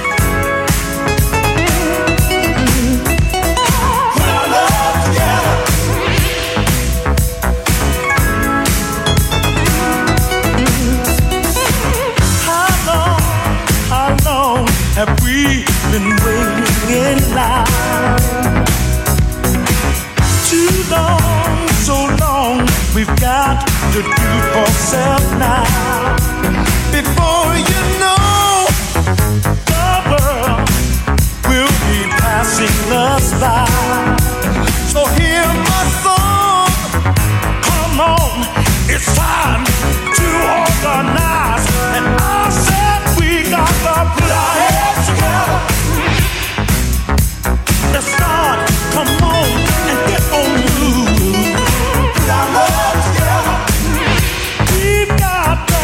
How long have we been waiting in line? Too long, so long. We've got to do for self now. Before you know, the world will be passing us by. So hear my song, come on, it's time to organize. And I said we got to put our heads together. Let's start, come on, and get on the move. Put our love together. We've got to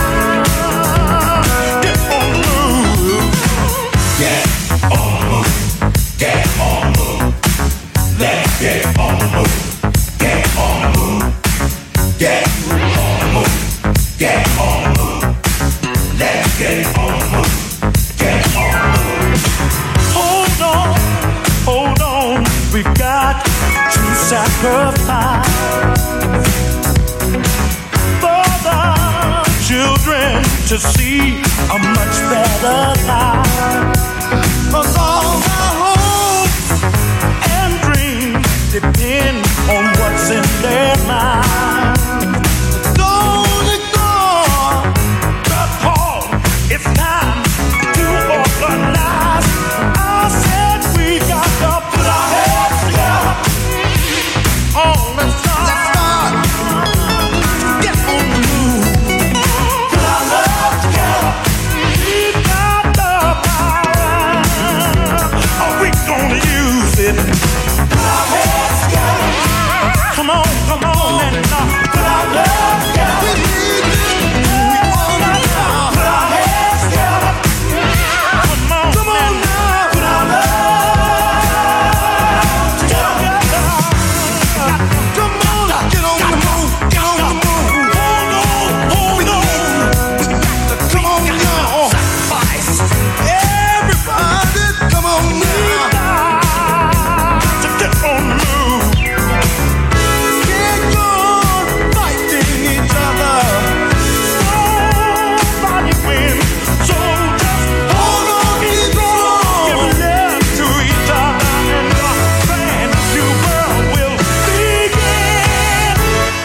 get on the move. Get on the move. Get on the move. Let's get on the move. Get on the move. Get on the move. Get on the move. Let's get on the move. Get on the move. Hold on, we've got to sacrifice for the children to see a much better life. 'Cause all our hopes and dreams depend on what's in their mind. Don't ignore the call. It's time to organize. I said we got to put our heads together. Oh, let's start. Get on the move. Put our love together. We've got the power. Are we gonna use it? Put our heads together. Come on, and put our love together. We need it. Put our heads together. Come on now. Put our love together. Come on, get on the move. Get on the move. Hold on. Come on now. Sacrifice. Everybody, come on now. To get on the move. Get on fighting each other. Nobody wins. So just hold on, keep on. Give love to each other, and a brand new world will begin.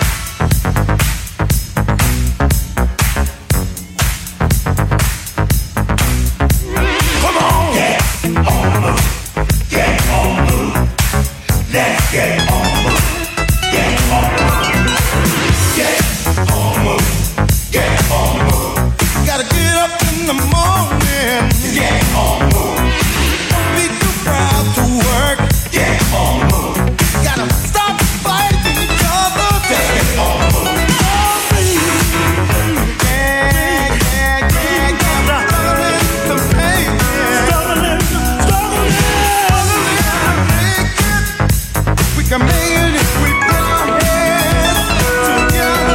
Come on, get on the move. Get on the move. Let's get on the move. Get on the move. Get on the move. Get on the move. Gotta get up in the morning. Get on the move. Don't be too proud to work. Get on the move. Gotta stop fighting each other. Just get on the move. We can make it if we put our heads together.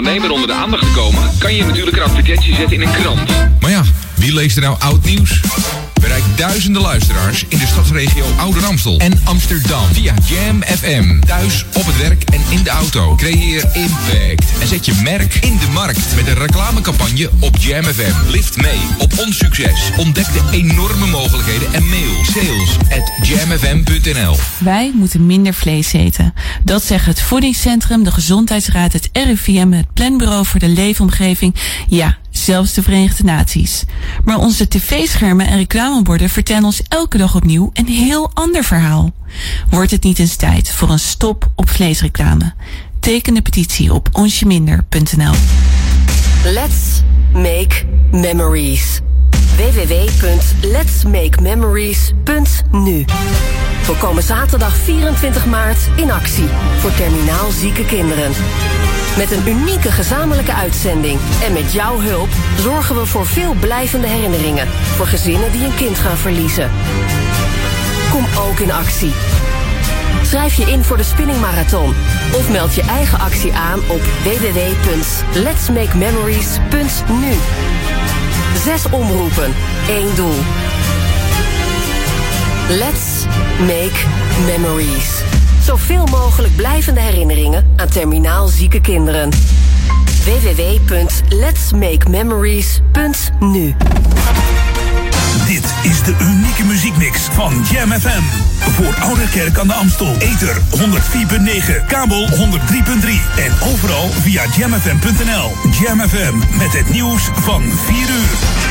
ondernemer onder de aandacht te komen, kan je natuurlijk een advertentie zetten in een krant. Maar ja, wie leest er nou oud nieuws? Bereik duizenden luisteraars in de stadsregio Ouder Amstel en Amsterdam via Jam FM. Thuis, op het werk en in de auto. Creëer impact en zet je merk in de markt met een reclamecampagne op Jam FM. Lift mee op ons succes. Ontdek de enorme mogelijkheden en mail sales@jamfm.nl. Wij moeten minder vlees eten. Dat zeggen het Voedingscentrum, de Gezondheidsraad, het RIVM, het Planbureau voor de Leefomgeving. Ja, zelfs de Verenigde Naties. Maar onze tv-schermen en reclameborden vertellen ons elke dag opnieuw een heel ander verhaal. Wordt het niet eens tijd voor een stop op vleesreclame? Teken de petitie op onsjeminder.nl. Let's make memories. www.letsmakememories.nu. We komen zaterdag 24 maart in actie voor terminaal zieke kinderen. Met een unieke gezamenlijke uitzending en met jouw hulp zorgen we voor veel blijvende herinneringen voor gezinnen die een kind gaan verliezen. Kom ook in actie. Schrijf je in voor de spinningmarathon of meld je eigen actie aan op www.letsmakememories.nu. 6 omroepen, 1 doel. Let's make memories. Zoveel mogelijk blijvende herinneringen aan terminaal zieke kinderen. www.letsmakememories.nu. Dit is de unieke muziekmix van Jam FM. Voor Ouderkerk aan de Amstel. Ether 104.9, kabel 103.3 en overal via jamfm.nl. Jam FM met het nieuws van 4 uur.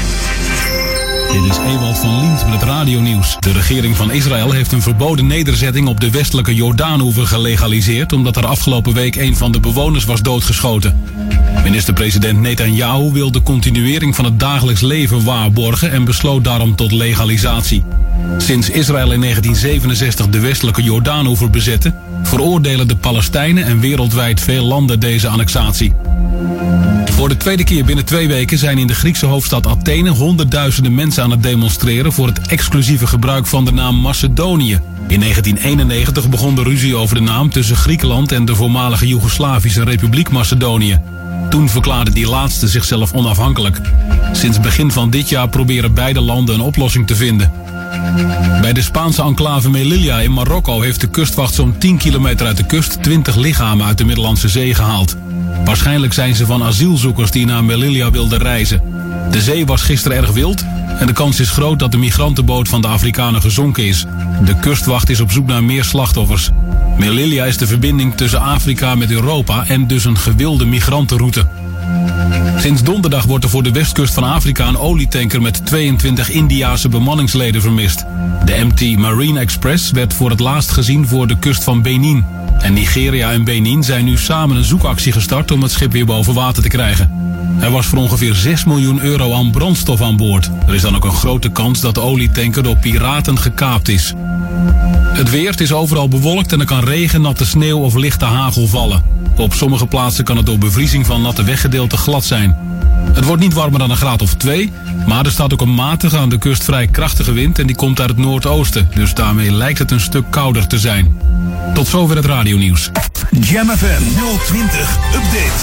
Dit is Ewald van Liemt met het radionieuws. De regering van Israël heeft een verboden nederzetting op de westelijke Jordaanoever gelegaliseerd, omdat er afgelopen week een van de bewoners was doodgeschoten. Minister-president Netanyahu wil de continuering van het dagelijks leven waarborgen en besloot daarom tot legalisatie. Sinds Israël in 1967 de westelijke Jordaanoever bezette, veroordelen de Palestijnen en wereldwijd veel landen deze annexatie. Voor de tweede keer binnen 2 weken zijn in de Griekse hoofdstad Athene honderdduizenden mensen aan het demonstreren voor het exclusieve gebruik van de naam Macedonië. In 1991 begon de ruzie over de naam tussen Griekenland en de voormalige Joegoslavische Republiek Macedonië. Toen verklaarde die laatste zichzelf onafhankelijk. Sinds begin van dit jaar proberen beide landen een oplossing te vinden. Bij de Spaanse enclave Melilla in Marokko heeft de kustwacht zo'n 10 kilometer uit de kust 20 lichamen uit de Middellandse Zee gehaald. Waarschijnlijk zijn ze van asielzoekers die naar Melilla wilden reizen. De zee was gisteren erg wild en de kans is groot dat de migrantenboot van de Afrikanen gezonken is. De kustwacht is op zoek naar meer slachtoffers. Melilla is de verbinding tussen Afrika met Europa en dus een gewilde migrantenroute. Sinds donderdag wordt er voor de westkust van Afrika een olietanker met 22 Indiase bemanningsleden vermist. De MT Marine Express werd voor het laatst gezien voor de kust van Benin. En Nigeria en Benin zijn nu samen een zoekactie gestart om het schip weer boven water te krijgen. Er was voor ongeveer 6 miljoen euro aan brandstof aan boord. Er is dan ook een grote kans dat de olietanker door piraten gekaapt is. Het weer, het is overal bewolkt en er kan regen, natte sneeuw of lichte hagel vallen. Op sommige plaatsen kan het door bevriezing van natte weggedeelten glad zijn. Het wordt niet warmer dan een graad of 2, maar er staat ook een matige aan de kust vrij krachtige wind en die komt uit het noordoosten. Dus daarmee lijkt het een stuk kouder te zijn. Tot zover het radionieuws. Jam FM 020 Update.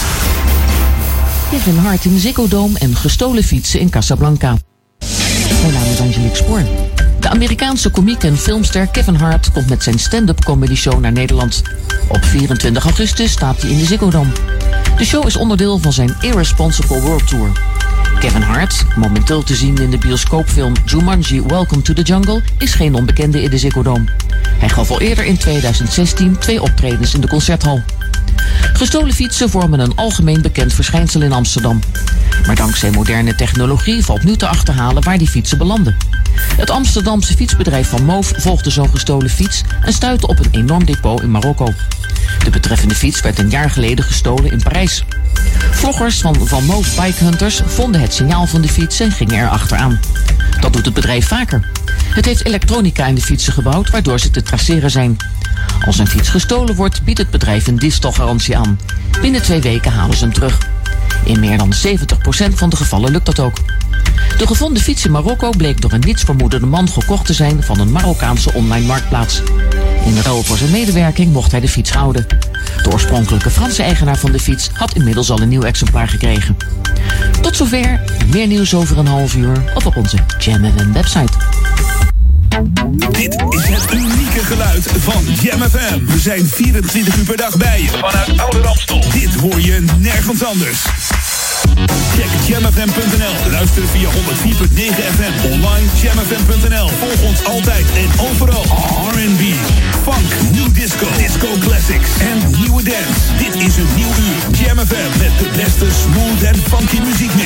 Kevin Hart in de Ziggo Dome en gestolen fietsen in Casablanca. Mijn naam is Angelique Spoor. De Amerikaanse komiek en filmster Kevin Hart komt met zijn stand-up comedy show naar Nederland. Op 24 augustus staat hij in de Ziggo Dome. De show is onderdeel van zijn Irresponsible World Tour. Kevin Hart, momenteel te zien in de bioscoopfilm Jumanji Welcome to the Jungle, is geen onbekende in de Ziggo Dome. Hij gaf al eerder in 2016 2 optredens in de Concerthal. Gestolen fietsen vormen een algemeen bekend verschijnsel in Amsterdam. Maar dankzij moderne technologie valt nu te achterhalen waar die fietsen belanden. Het Amsterdamse fietsbedrijf Van Moof volgde zo'n gestolen fiets en stuitte op een enorm depot in Marokko. De betreffende fiets werd een jaar geleden gestolen in Parijs. Vloggers van Van Moof Bike Hunters vonden het signaal van de fiets en gingen er achteraan. Dat doet het bedrijf vaker. Het heeft elektronica in de fietsen gebouwd, waardoor ze te traceren zijn. Als een fiets gestolen wordt, biedt het bedrijf een diefstalgarantie aan. Binnen 2 weken halen ze hem terug. In meer dan 70% van de gevallen lukt dat ook. De gevonden fiets in Marokko bleek door een nietsvermoedende man gekocht te zijn van een Marokkaanse online marktplaats. In ruil voor zijn medewerking mocht hij de fiets houden. De oorspronkelijke Franse eigenaar van de fiets had inmiddels al een nieuw exemplaar gekregen. Tot zover, meer nieuws over een half uur of op onze Jam FM website. Dit is het unieke geluid van Jam FM. We zijn 24 uur per dag bij je vanuit Ouder Amstel. Dit hoor je nergens anders. Check jamfm.nl. Luister via 104.9 FM. Online jamfm.nl. Volg ons altijd en overal. R&B, funk, new disco, disco classics en nieuwe dance. Dit is een nieuw uur. Jam FM met de beste smooth en funky muziekmix.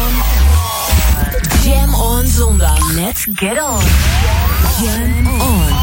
Jam on zondag. Let's get on. Jam on.